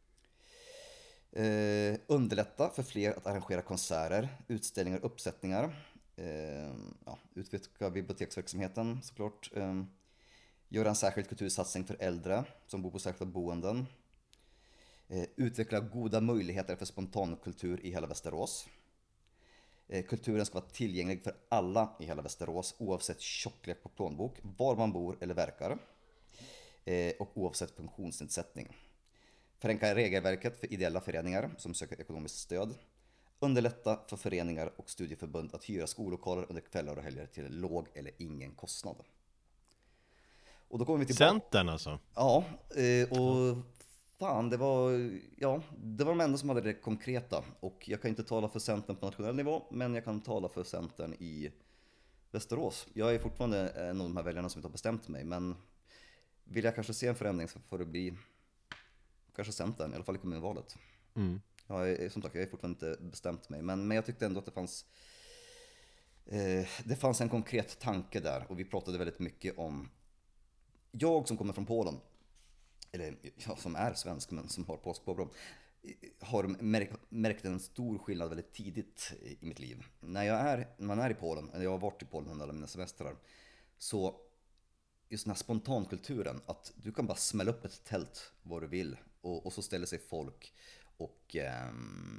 Eh, underlätta för fler att arrangera konserter, utställningar och uppsättningar. Eh, ja, utveckla biblioteksverksamheten såklart. Eh, göra en särskild kultursatsning för äldre som bor på särskilda boenden. Eh, utveckla goda möjligheter för spontankultur i hela Västerås. Eh, kulturen ska vara tillgänglig för alla i hela Västerås oavsett tjocklek på plånbok, var man bor eller verkar. Eh, och oavsett funktionsnedsättning. Förenkla regelverket för ideella föreningar som söker ekonomiskt stöd. Underlätta för föreningar och studieförbund att hyra skollokaler under kvällar och helger till låg eller ingen kostnad. Och då kommer vi tillbaka. Centern alltså? Ja, och fan, det var, ja, det var de enda som hade det konkreta. Och jag kan inte tala för Centern på nationell nivå, men jag kan tala för Centern i Västerås. Jag är fortfarande en av de här väljarna som inte har bestämt mig, men vill jag kanske se en förändring så får det bli kanske Centern, i alla fall i kommunvalet. Mm. Jag är, som sagt, jag är fortfarande inte bestämt mig, men, men jag tyckte ändå att det fanns eh, det fanns en konkret tanke där, och vi pratade väldigt mycket om, jag som kommer från Polen, eller ja, som är svensk men som har polsk påbrå, har märkt, märkt en stor skillnad väldigt tidigt i mitt liv. När jag är, när man är i Polen, eller jag har varit i Polen under alla mina semestrar, så just den här spontankulturen, att du kan bara smälla upp ett tält var du vill, och, och så ställer sig folk och eh,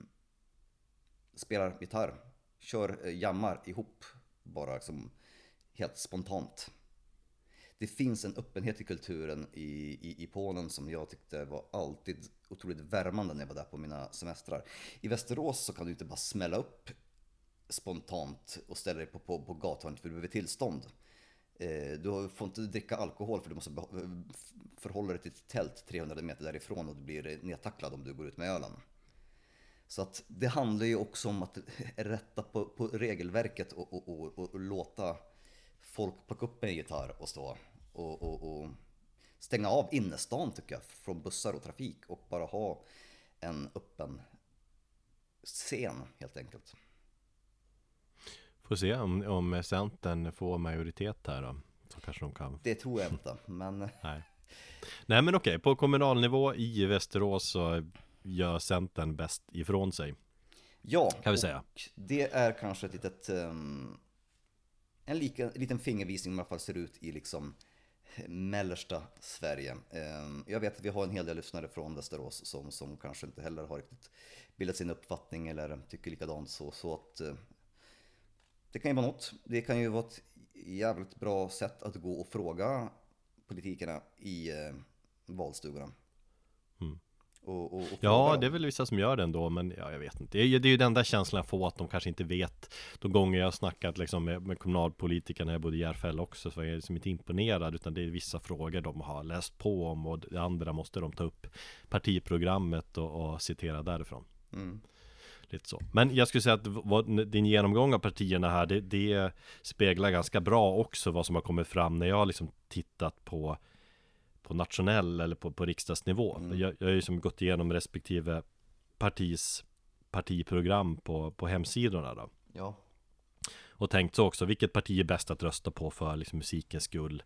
spelar gitarr, kör jammar ihop bara liksom helt spontant. det finns en öppenhet i kulturen i, i, i Polen som jag tyckte var alltid otroligt värmande när jag var där på mina semestrar. I Västerås så kan du inte bara smälla upp spontant och ställa dig på, på, på gathörnet för du behöver tillstånd. Du får inte dricka alkohol för du måste förhålla dig till ett tält trehundra meter därifrån och du blir nedtacklad om du går ut med ölen. Så att det handlar ju också om att rätta på, på regelverket och, och, och, och låta folk plocka upp en gitarr och stå och, och, och stänga av innestan tycker jag från bussar och trafik och bara ha en öppen scen helt enkelt. Får se om, om Centern får majoritet här då. Så kanske de kan. Det tror jag inte, men... Nej. Nej men okej, på kommunalnivå i Västerås så gör Centern bäst ifrån sig. Ja, kan vi säga. Det är kanske ett litet... Um, en lika, liten fingervisning om i alla fall ser ut i liksom mellersta Sverige. Um, jag vet att vi har en hel del lyssnare från Västerås som, som kanske inte heller har riktigt bildat sin uppfattning eller tycker likadant så, så att... Uh, Det kan ju vara något. Det kan ju vara ett jävligt bra sätt att gå och fråga politikerna i eh, valstugorna. Mm. Och, och, och ja, det är väl vissa som gör det ändå, men ja, jag vet inte. Det är, det är ju den där känslan jag får att de kanske inte vet. De gånger jag har snackat liksom, med, med kommunalpolitikerna, jag bodde i Järfälla också, så jag är liksom inte imponerad, utan det är vissa frågor de har läst på om och det andra måste de ta upp partiprogrammet och, och citera därifrån. Mm. Lite så. Men jag skulle säga att vad, din genomgång av partierna här det, det speglar ganska bra också vad som har kommit fram när jag har liksom tittat på på nationell eller på, på riksdagsnivå. Mm. Jag, jag har ju som gått igenom respektive partis partiprogram på, på hemsidorna då. Ja. Och tänkt så också, vilket parti är bäst att rösta på för liksom musikens skull?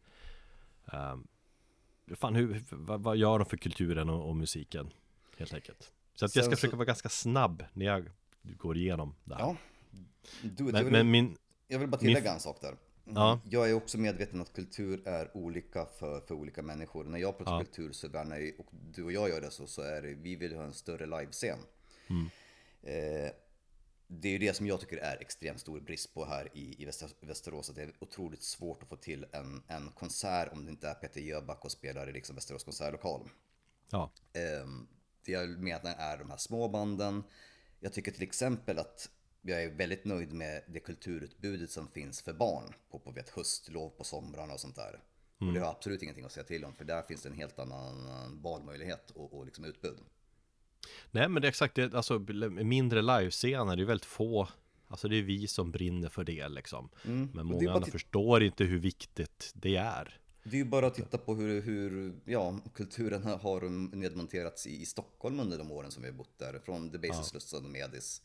Um, fan, hur, vad, vad gör de för kulturen och, och musiken? Helt enkelt. Så att jag ska försöka vara ganska snabb när jag går igenom det här. Ja. Du, men, jag, vill, men min, jag vill bara tillägga min, en sak där. Ja. Jag är också medveten att kultur är olika för, för olika människor. När jag pratar ja. kultur så värnar jag, och du och jag gör det så, så är det, vi vill ha en större livescen. Mm. Eh, det är ju det som jag tycker är extremt stor brist på här i, i Västerås. Att det är otroligt svårt att få till en, en konsert om det inte är Peter Jöback och spelar i liksom Västerås konsertlokal. Ja. Eh, det jag menar är de här små banden. Jag tycker till exempel att jag är väldigt nöjd med det kulturutbudet som finns för barn på, på vet, höstlov på somrarna och sånt där. Mm. Och det har absolut ingenting att säga till om, för där finns det en helt annan valmöjlighet och, och liksom utbud. Nej, men det är exakt det, alltså mindre livescener, det är väldigt få, alltså det är vi som brinner för det liksom. Mm. Men många andra t- förstår inte hur viktigt det är. Det är ju bara att titta på hur, hur ja, kulturen har nedmonterats i, i Stockholm under de åren som vi har bott där. Från The Basis-Slussen och Medis.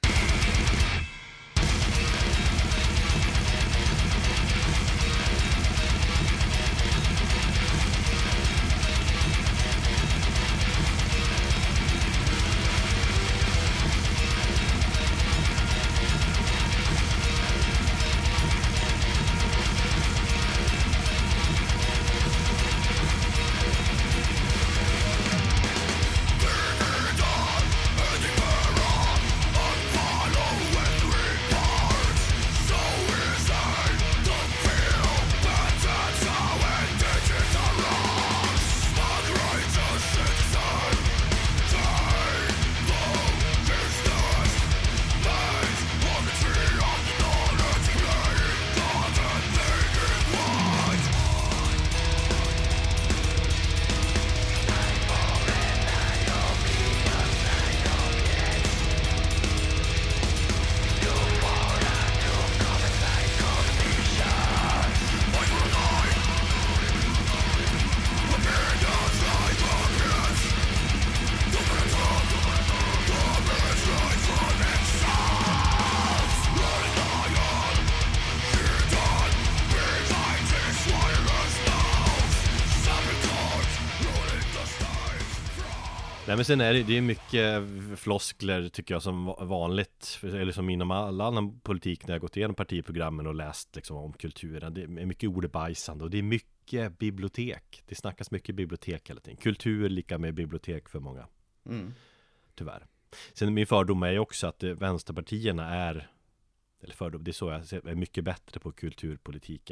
Nej, men sen är det, det är mycket floskler tycker jag som vanligt, eller som inom all annan politik när jag gått igenom partiprogrammen och läst liksom om kulturen. Det är mycket ordebajsande och det är mycket bibliotek. Det snackas mycket bibliotek hela tiden. Kultur lika med bibliotek för många. Mm. Tyvärr. Sen min fördom är också att vänsterpartierna är, eller fördom, det är så jag ser, är mycket bättre på kulturpolitiken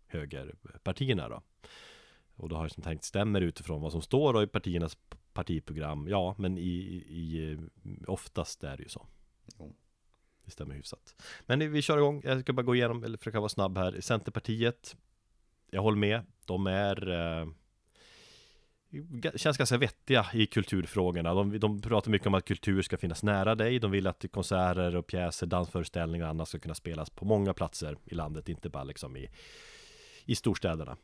högerpartierna då. Och då har jag som tänkt, stämmer utifrån vad som står då i partiernas partiprogram. Ja, men i, i, oftast är det ju så. Jo. Det stämmer hyfsat. Men vi kör igång. Jag ska bara gå igenom, eller försöka vara snabb här. Centerpartiet, jag håller med. De är eh, känns ganska vettiga i kulturfrågorna. De, de pratar mycket om att kultur ska finnas nära dig. De vill att konserter och pjäser, dansföreställningar och annat ska kunna spelas på många platser i landet, inte bara liksom i, i storstäderna.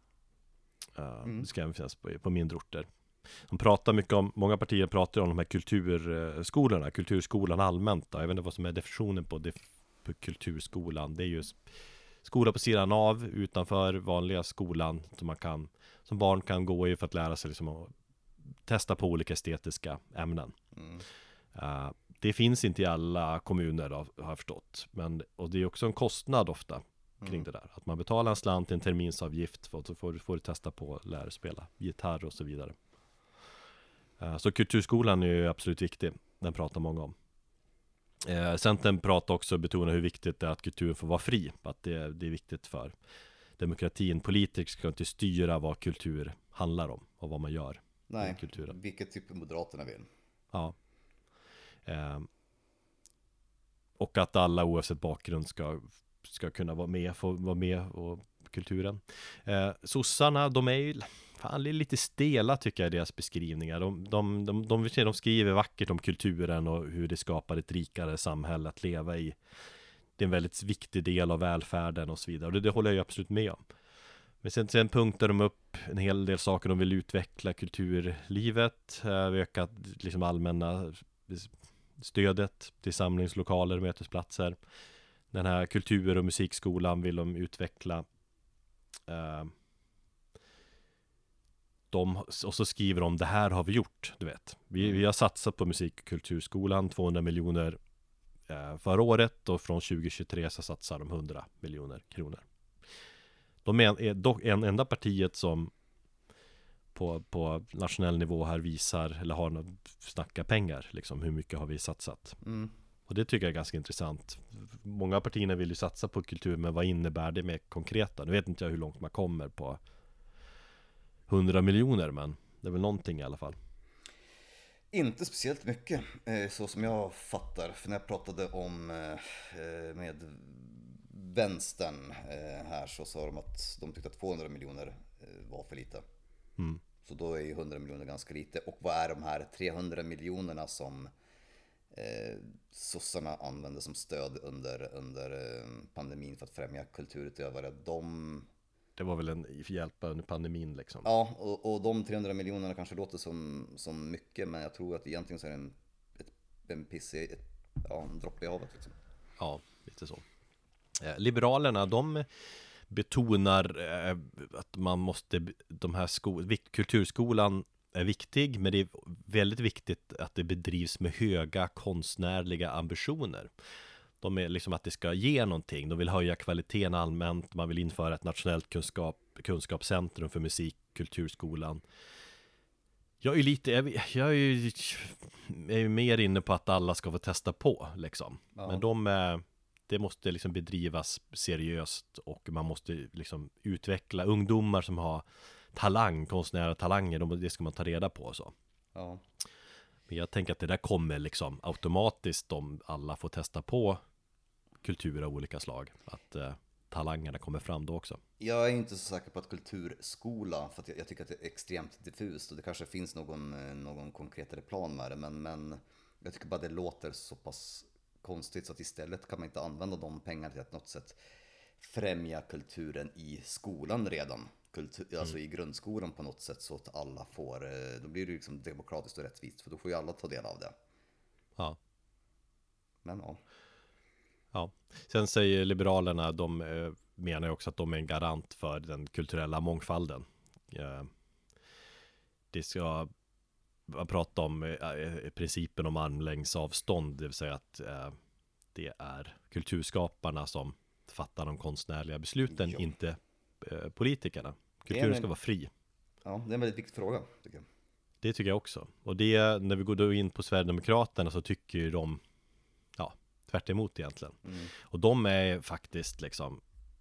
Uh, mm. Det ska även finnas på, på mindre orter. De pratar mycket om, många partier pratar om de här kulturskolorna, kulturskolan allmänt då. Jag vet inte vad som är definitionen på, det, på kulturskolan. Det är ju skola på sidan av, utanför vanliga skolan som man kan, som barn kan gå i för att lära sig liksom att testa på olika estetiska ämnen. Mm. Uh, det finns inte i alla kommuner då, har jag förstått. Men, och det är också en kostnad ofta kring mm. det där. Att man betalar en slant, en terminsavgift för att så får, får du testa på att lära spela gitarr och så vidare. Uh, så kulturskolan är ju absolut viktig. Den pratar många om. Uh, Centern pratar också och betonar hur viktigt det är att kulturen får vara fri. Att det, det är viktigt för demokratin. Politiker ska inte styra vad kultur handlar om och vad man gör. Nej, kulturen. Vilket typ Moderaterna vill. Ja. Uh, och att alla oavsett bakgrund ska ska kunna vara med, få vara med och kulturen. Eh, sossarna, de är ju fan, lite stela tycker jag i deras beskrivningar. De, de, de, de, de skriver vackert om kulturen och hur det skapar ett rikare samhälle att leva i. Det är en väldigt viktig del av välfärden och så vidare. Och det, det håller jag ju absolut med om. Men sen, sen punktar de upp en hel del saker. De vill utveckla kulturlivet, eh, öka liksom allmänna stödet till samlingslokaler och mötesplatser. Den här kultur- och musikskolan vill de utveckla. Uh, de, och så skriver de, det här har vi gjort, du vet. Vi, vi har satsat på musik- och kulturskolan tvåhundra miljoner uh, förra året. Och från tjugo tjugotre så satsar de hundra miljoner kronor. De är, är dock en enda partiet som på, på nationell nivå här visar, eller har några snacka pengar, liksom, hur mycket har vi satsat. Mm. Och det tycker jag är ganska intressant. Många partierna vill ju satsa på kultur, men vad innebär det med konkreta? Nu vet inte jag hur långt man kommer på hundra miljoner, men det är väl någonting i alla fall. Inte speciellt mycket, så som jag fattar. För när jag pratade om med vänstern här så sa de att de tyckte att tvåhundra miljoner var för lite. Mm. Så då är ju hundra miljoner ganska lite. Och vad är de här trehundra miljonerna som Eh, sossarna använde som stöd under, under eh, pandemin för att främja kulturutövare? De... Det var väl en hjälp under pandemin liksom. Ja, och, och de trehundra miljonerna kanske låter som, som mycket, men jag tror att egentligen så är det en, ett, en piss i, ett, ja, en droppe i havet liksom. Ja, lite så. eh, Liberalerna, de betonar eh, att man måste, de här sko- kulturskolan är viktig, men det är väldigt viktigt att det bedrivs med höga konstnärliga ambitioner. De är liksom att det ska ge någonting. De vill höja kvaliteten allmänt. Man vill införa ett nationellt kunskap, kunskapscentrum för musik, kulturskolan. Jag är lite, jag, jag är ju jag är mer inne på att alla ska få testa på liksom. Ja. Men de, det måste liksom bedrivas seriöst och man måste liksom utveckla ungdomar som har talang, konstnära talanger, de, det ska man ta reda på och så. Ja. Men jag tänker att det där kommer liksom automatiskt om alla får testa på kultur av olika slag. Att eh, talangerna kommer fram då också. Jag är inte så säker på att kulturskola, för att jag, jag tycker att det är extremt diffust och det kanske finns någon, någon konkretare plan med det, men, men jag tycker bara det låter så pass konstigt så att istället kan man inte använda de pengarna till att något sätt främja kulturen i skolan redan. Kultur, alltså mm. i grundskolan på något sätt så att alla får, då blir det liksom demokratiskt och rättvist, för då får ju alla ta del av det. Ja. Men ja. Ja. Sen säger Liberalerna, de eh, menar ju också att de är en garant för den kulturella mångfalden. Eh, det ska man prata om eh, principen om armlängds avstånd, det vill säga att eh, det är kulturskaparna som fattar de konstnärliga besluten, jo. inte eh, politikerna. Kulturen ska vara fri. Ja, det är en väldigt viktig fråga, tycker jag. Det tycker jag också. Och det, när vi går då in på Sverigedemokraterna så tycker ju de, ja, tvärt emot egentligen. Mm. Och de är faktiskt liksom,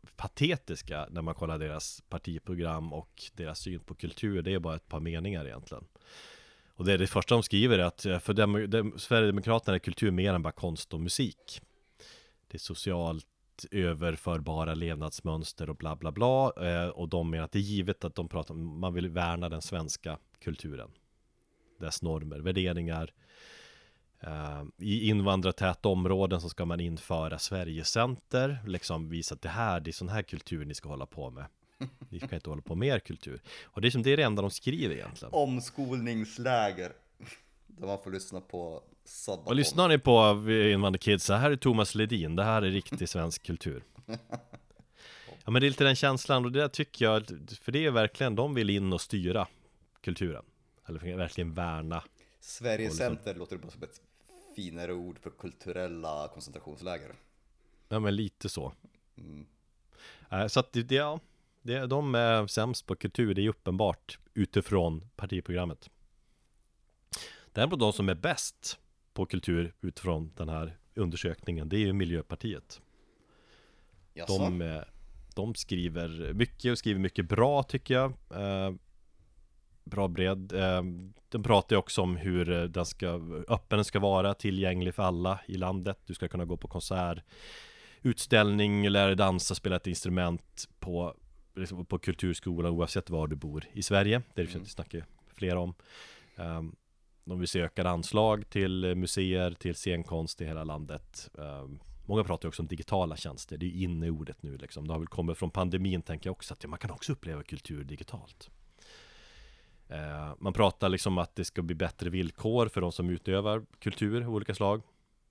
patetiska när man kollar deras partiprogram och deras syn på kultur. Det är bara ett par meningar egentligen. Och det är det första de skriver är att för dem, dem, Sverigedemokraterna är kultur mer än bara konst och musik. Det är socialt överförbara levnadsmönster och bla bla bla. Eh, och de menar att det är givet att de pratar om, man vill värna den svenska kulturen. Dess normer, värderingar. Uh, I invandrartäta områden så ska man införa Sverigecenter, liksom visa att det här, det är sån här kultur ni ska hålla på med. Ni ska inte hålla på med mer kultur. Och det är som det är det enda de skriver egentligen. Omskolningsläger där man får lyssna på Sabaton. Och lyssnar ni på Invandrarkids, så här är Thomas Ledin, det här är riktig svensk kultur. Ja, men det är lite den känslan, och det där tycker jag, för det är verkligen, de vill in och styra kulturen. Eller verkligen värna. Sverigecenter liksom, låter det bara som ett finare ord för kulturella koncentrationsläger. Ja, men lite så. Mm. Äh, så att det, ja, det, de är sämst på kultur, det är uppenbart utifrån partiprogrammet. Däremot de som är bäst på kultur utifrån den här undersökningen, det är ju Miljöpartiet. De, de skriver mycket och skriver mycket bra, tycker jag. Eh, bra bredd. Eh, de pratar ju också om hur den ska, öppen ska vara, tillgänglig för alla i landet. Du ska kunna gå på konsert, utställning, lära dansa, spela ett instrument på, liksom på kulturskolan oavsett var du bor i Sverige. Det är det mm. vi snackar flera om. Um, de vill se ökade anslag till museer, till scenkonst i hela landet. Um, många pratar också om digitala tjänster. Det är ju inne i ordet nu liksom. Det har väl kommit från pandemin, tänker jag också, att ja, man kan också uppleva kultur digitalt. Uh, man pratar liksom att det ska bli bättre villkor för de som utövar kultur av olika slag.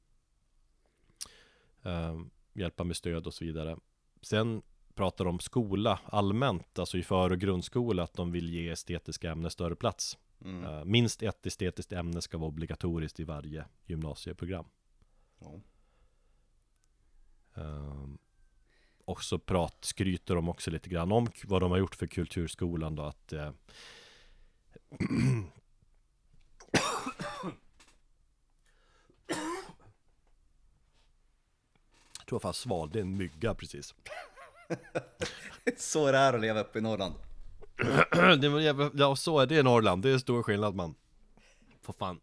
Uh, hjälpa med stöd och så vidare. Sen pratar de om skola allmänt, alltså i för- och grundskola, att de vill ge estetiska ämnen större plats. Mm. Uh, minst ett estetiskt ämne ska vara obligatoriskt i varje gymnasieprogram. Mm. Uh, och så prat, skryter de också lite grann om vad de har gjort för kulturskolan då, att uh, jag tror fan sval, det är en mygga precis. Så är det här att leva uppe i Norrland. det var, ja, så är det i Norrland. Det är stor skillnad, man. För fan.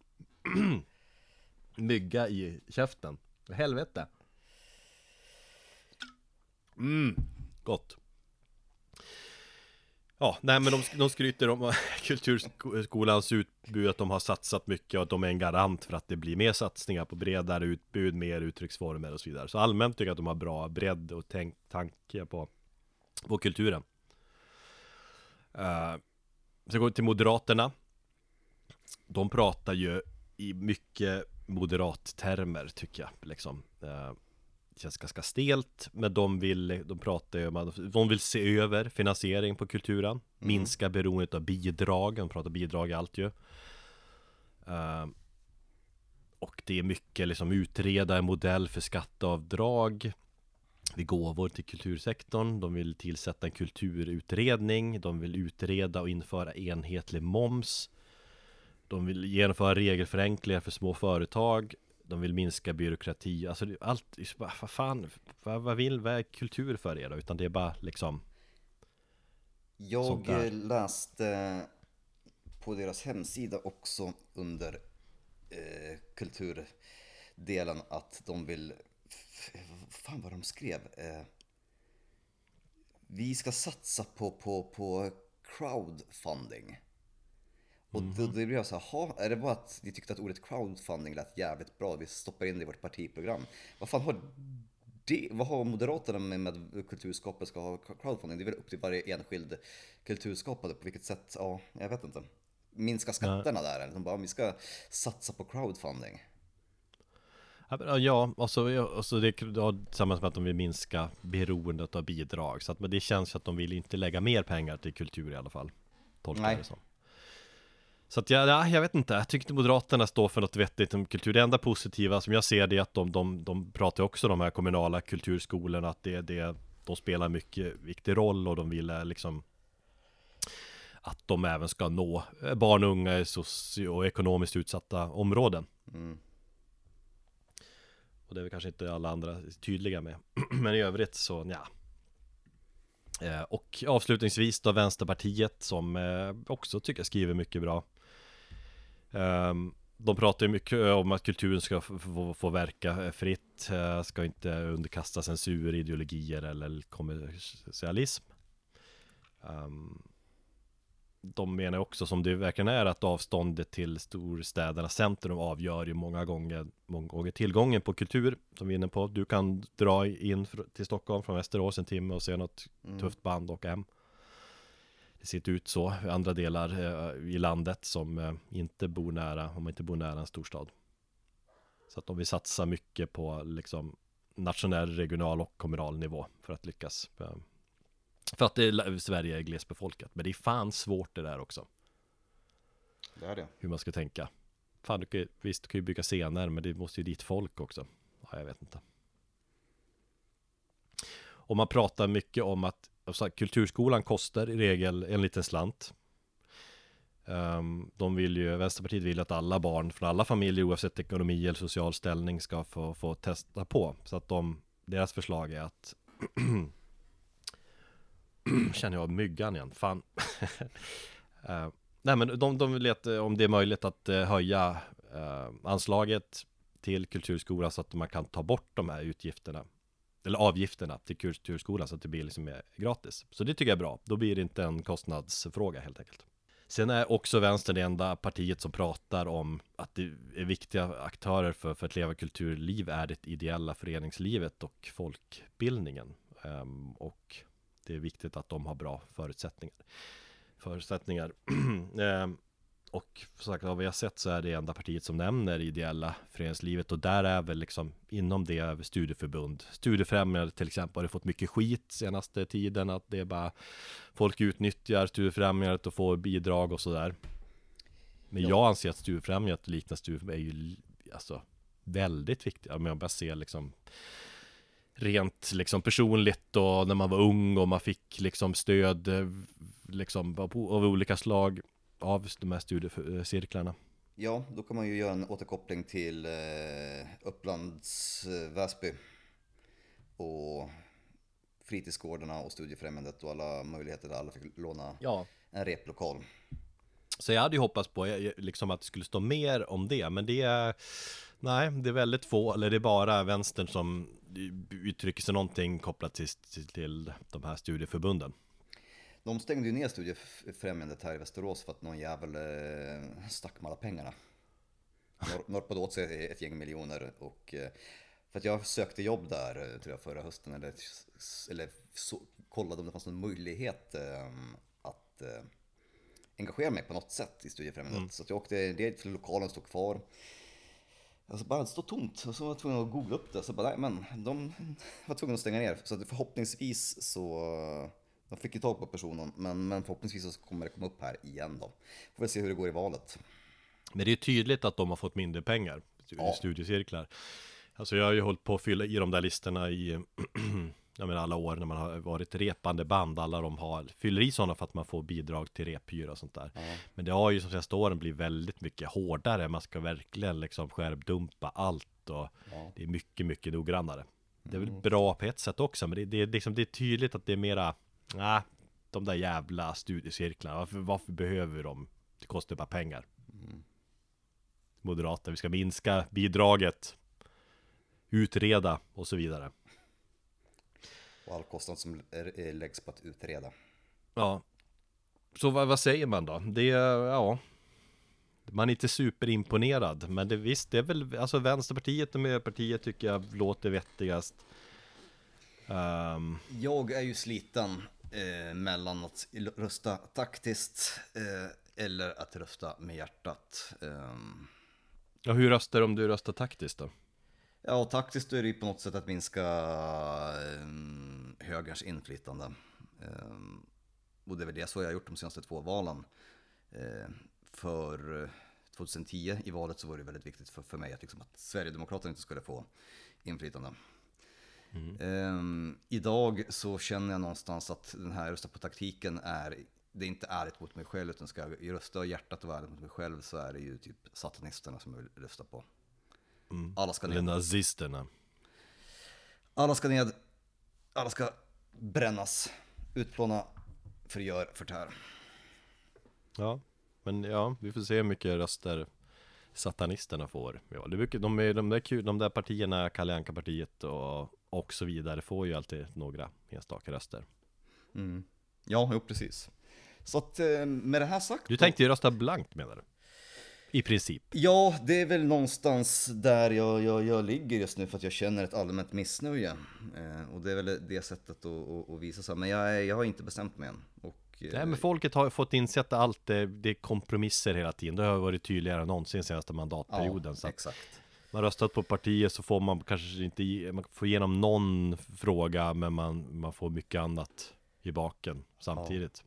Mygga i käften. Helvete. Mm, gott. Ja, nej, men de, de skryter om kulturskolans utbud, att de har satsat mycket och att de är en garant för att det blir mer satsningar på bredare utbud, mer uttrycksformer och så vidare. Så allmänt tycker jag att de har bra bredd och tänk, tanke på, på kulturen. Uh, så går vi till Moderaterna. De pratar ju i mycket moderat-termer, tycker jag liksom. Uh, det känns ganska stelt, men de vill, de pratar ju om att de vill se över finansiering på kulturen, mm. minska beroendet av bidrag. De pratar bidrag allt ju. Uh, och det är mycket liksom utreda en modell för skatteavdrag vid gåvor till kultursektorn. De vill tillsätta en kulturutredning. De vill utreda och införa enhetlig moms. De vill genomföra regelförenklingar för små företag. De vill minska byråkrati. Alltså allt, vad fan, vad, vad vill, vad är kultur för er då? Utan det är bara liksom. Jag läste på deras hemsida också under eh, kulturdelen att de vill, fan vad de skrev, eh, vi ska satsa på, på, på crowdfunding. Och mm. då, då blev jag så här, är det bara att ni tyckte att ordet crowdfunding lät jävligt bra, vi stoppar in det i vårt partiprogram. Vad fan har det, vad har Moderaterna med, med kulturskapare ska ha crowdfunding? Det är väl upp till varje enskild kulturskapare, på vilket sätt, ja, jag vet inte. Minska skatterna ja. Där, de bara, vi ska satsa på crowdfunding. Ja, och så, och så det är tillsammans med att de vill minska beroendet av bidrag. Så att, men det känns att de vill inte lägga mer pengar till kultur i alla fall. Tolkar det som. Så att jag, ja, jag vet inte, jag tyckte Moderaterna står för något vettigt om kultur. Det enda positiva som jag ser det är att de, de, de pratar också om de här kommunala kulturskolorna, att det, det, de spelar mycket viktig roll och de vill liksom att de även ska nå barn och unga i socio- och ekonomiskt utsatta områden. Mm. Och det är väl kanske inte alla andra tydliga med. Men i övrigt så, ja. Eh, och avslutningsvis då Vänsterpartiet som eh, också tycker jag skriver mycket bra. Um, de pratar ju mycket om att kulturen ska få, få, få verka fritt, uh, ska inte underkasta censur, ideologier eller kommersialism. Um, de menar också, som det verkligen är, att avståndet till storstädernas centrum avgör ju många gånger, många gånger tillgången på kultur, som vi är inne på. Du kan dra in till Stockholm från Västerås en timme och se något mm. tufft band och hem. Det ser ut så i andra delar eh, i landet som eh, inte bor nära, om man inte bor nära en storstad. Så att de vill satsa mycket på liksom nationell, regional och kommunal nivå för att lyckas. Eh, för att det, Sverige är glesbefolkat. Men det är fan svårt det där också. Det är det. Hur man ska tänka. Fan, du kan, visst, du kan ju bygga scener, men det måste ju dit folk också. Ja, jag vet inte. Och man pratar mycket om att alltså, kulturskolan kostar i regel en liten slant. Um, de vill ju, Vänsterpartiet vill att alla barn från alla familjer oavsett ekonomi eller social ställning ska få, få testa på. Så att de, deras förslag är att känner jag myggan igen, fan. uh, nej men de, de vill att, om det är möjligt att uh, höja uh, anslaget till kulturskolan så att man kan ta bort de här utgifterna. Eller avgifterna till kulturskolan så att det blir liksom gratis. Så det tycker jag är bra. Då blir det inte en kostnadsfråga helt enkelt. Sen är också Vänstern det enda partiet som pratar om att det är viktiga aktörer för, för att leva kulturliv är det ideella föreningslivet och folkbildningen. Um, och det är viktigt att de har bra förutsättningar. Förutsättningar. um, Och för sagt, vad vi har sett så är det enda partiet som nämner ideella föreningslivet. Och där är väl liksom inom det studieförbund. Studiefrämjare till exempel har det fått mycket skit senaste tiden. Att det är bara folk utnyttjar studiefrämjandet och får bidrag och sådär. Men ja. Jag anser att studiefrämjandet liknande studieförbund är ju alltså väldigt viktigt. Om jag bara ser liksom rent liksom personligt och när man var ung och man fick liksom stöd liksom av olika slag av de här studiecirklarna. Ja, då kan man ju göra en återkoppling till eh, Upplands eh, Väsby och fritidsgårdarna och studiefrämjandet och alla möjligheter där alla fick låna ja. en replokal. Så jag hade ju hoppats på liksom att det skulle stå mer om det, men det är nej, det är väldigt få, eller det är bara vänstern som uttrycker sig någonting kopplat till, till, till de här studieförbunden. De stängde ju ner studiefrämjandet här i Västerås för att någon jävel eh, stack med alla pengarna. Nor- norpade åt sig ett gäng miljoner. Och, eh, för att jag sökte jobb där tror jag, förra hösten. Eller, eller så, kollade om det fanns någon möjlighet eh, att eh, engagera mig på något sätt i studiefrämjandet. Mm. Så att jag åkte dit till lokalen, stod kvar. Alltså bara det stod tomt. Och så var jag tvungen att googla upp det. Så bara, nej, men de var tvungna att stänga ner. Så att förhoppningsvis så... De fick ju tag på personen, men, men förhoppningsvis så kommer det komma upp här igen då. Får vi se hur det går i valet. Men det är tydligt att de har fått mindre pengar i ja. studiecirklar. Alltså jag har ju hållit på att fylla i de där listorna i jag menar alla år när man har varit repande band. Alla de har, fyller i sådana för att man får bidrag till rephyra och sånt där. Ja. Men det har ju som senaste åren blivit väldigt mycket hårdare. Man ska verkligen liksom skärpdumpa allt och ja. det är mycket, mycket noggrannare. Det är väl mm. bra på ett sätt också, men det, det, liksom, det är tydligt att det är mera nej, de där jävla studiecirklarna. Varför, varför behöver de? Det kostar bara pengar. Mm. Moderater, vi ska minska bidraget, utreda och så vidare. Och all kostnad som är, är läggs på att utreda. Ja. Så vad, vad säger man då? Det är, ja. Man är inte superimponerad. Men det, visst, det är väl, alltså Vänsterpartiet och Miljöpartiet tycker jag låter vettigast. Um, jag är ju sliten eh, mellan att rösta taktiskt eh, eller att rösta med hjärtat. Um, ja, hur röstar du om du röstar taktiskt då? Ja, taktiskt är det ju på något sätt att minska um, högerns inflytande. Um, och det är väl det så jag har gjort de senaste två valen. Uh, för tjugohundratio i valet så var det väldigt viktigt för, för mig att, liksom, att Sverigedemokraterna inte skulle få inflytande. Mm. Um, idag så känner jag någonstans att den här rösta på taktiken är, det inte är ett mot mig själv, utan ska jag rösta hjärtat och världen mot mig själv så är det ju typ satanisterna som jag vill rösta på. Mm. Alla ska ned. Eller nazisterna. Alla ska ned. Alla ska brännas. utplåna, förgör, förtär. Ja, men ja, vi får se hur mycket röster satanisterna får. Ja, det brukar, de, är, de, där, kul- de där partierna, Kalle Anka-partiet och, och så vidare, får ju alltid några enstaka röster. Mm. Ja, jo, precis. Så att eh, med det här sagt... Du tänkte ju rösta blankt, menar du? I princip. Ja, det är väl någonstans där jag, jag, jag ligger just nu för att jag känner ett allmänt missnöje. Eh, och det är väl det sättet att, att, att visa sig. Men jag, jag har inte bestämt mig än. Och, eh, Nej, men folket har fått inse att allt det, det är kompromisser hela tiden. Det har varit tydligare än någonsin senaste mandatperioden. ja, Så att exakt. man röstat på partier så får man kanske inte ge- man får igenom någon fråga, men man, man får mycket annat i baken samtidigt.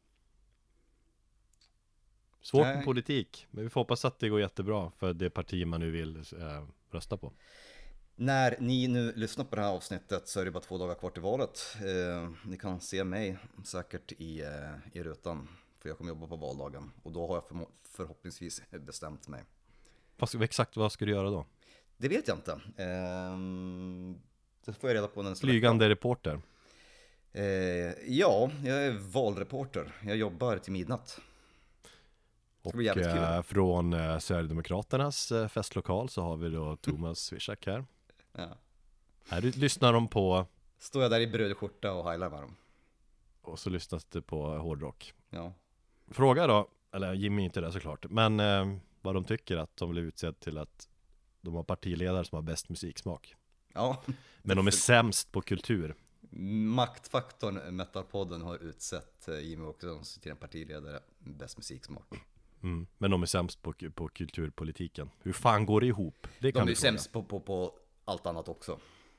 Svårt med Nej. politik, men vi får hoppas att det går jättebra för det parti man nu vill eh, rösta på. När ni nu lyssnar på det här avsnittet så är det bara två dagar kvar till valet. Eh, ni kan se mig säkert i, eh, i rutan, för jag kommer jobba på valdagen. Och då har jag förmo- förhoppningsvis bestämt mig. Vad ska, exakt vad ska du göra då? Det vet jag inte. Eh, det får jag reda på när den ska Flygande reporter. Eh, ja, jag är valreporter. Jag jobbar till midnatt. Det Och blir jävligt kul. eh, från eh, Sverigedemokraternas eh, festlokal så har vi då Thomas Swischak här. Ja. Här ly- lyssnar de på, Står jag där i brödskjorta och heilar med dem. och så lyssnas det på hårdrock. Ja. Fråga då, eller Jimmy är inte där såklart, men eh, vad de tycker att de blev utsedd till att de har partiledare som har bäst musiksmak. Ja. Men de är sämst på kultur. Maktfaktorn Metalpodden har utsett eh, Jimmy Åkesson till en partiledare. Bäst musiksmak. Mm. Men de är sämst på, på kulturpolitiken. Hur fan går det ihop? Det kan De är du ju fråga. sämst på, på, på allt annat också.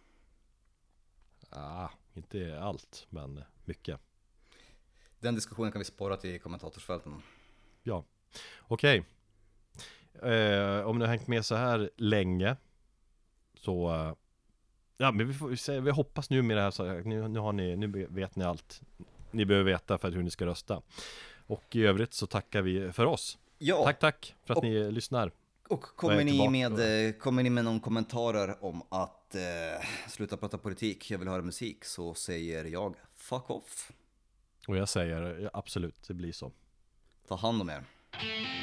Ah, inte allt, men mycket. Den diskussionen kan vi spara till kommentatorsfälten. Ja, okej. Eh, om ni har hängt med så här länge så eh, ja, men vi får säga, vi hoppas nu med det här så här, nu, nu har ni, nu vet ni allt ni behöver veta för att hur ni ska rösta. Och i övrigt så tackar vi för oss. Ja, Tack, tack för att Och- ni lyssnar. och Jag kommer är ni, tillbaka. med, eh, kommer ni med någon kommentarer om att eh, sluta prata politik, jag vill höra musik, så säger jag fuck off. Och jag säger ja, absolut, det blir så. Ta hand om er.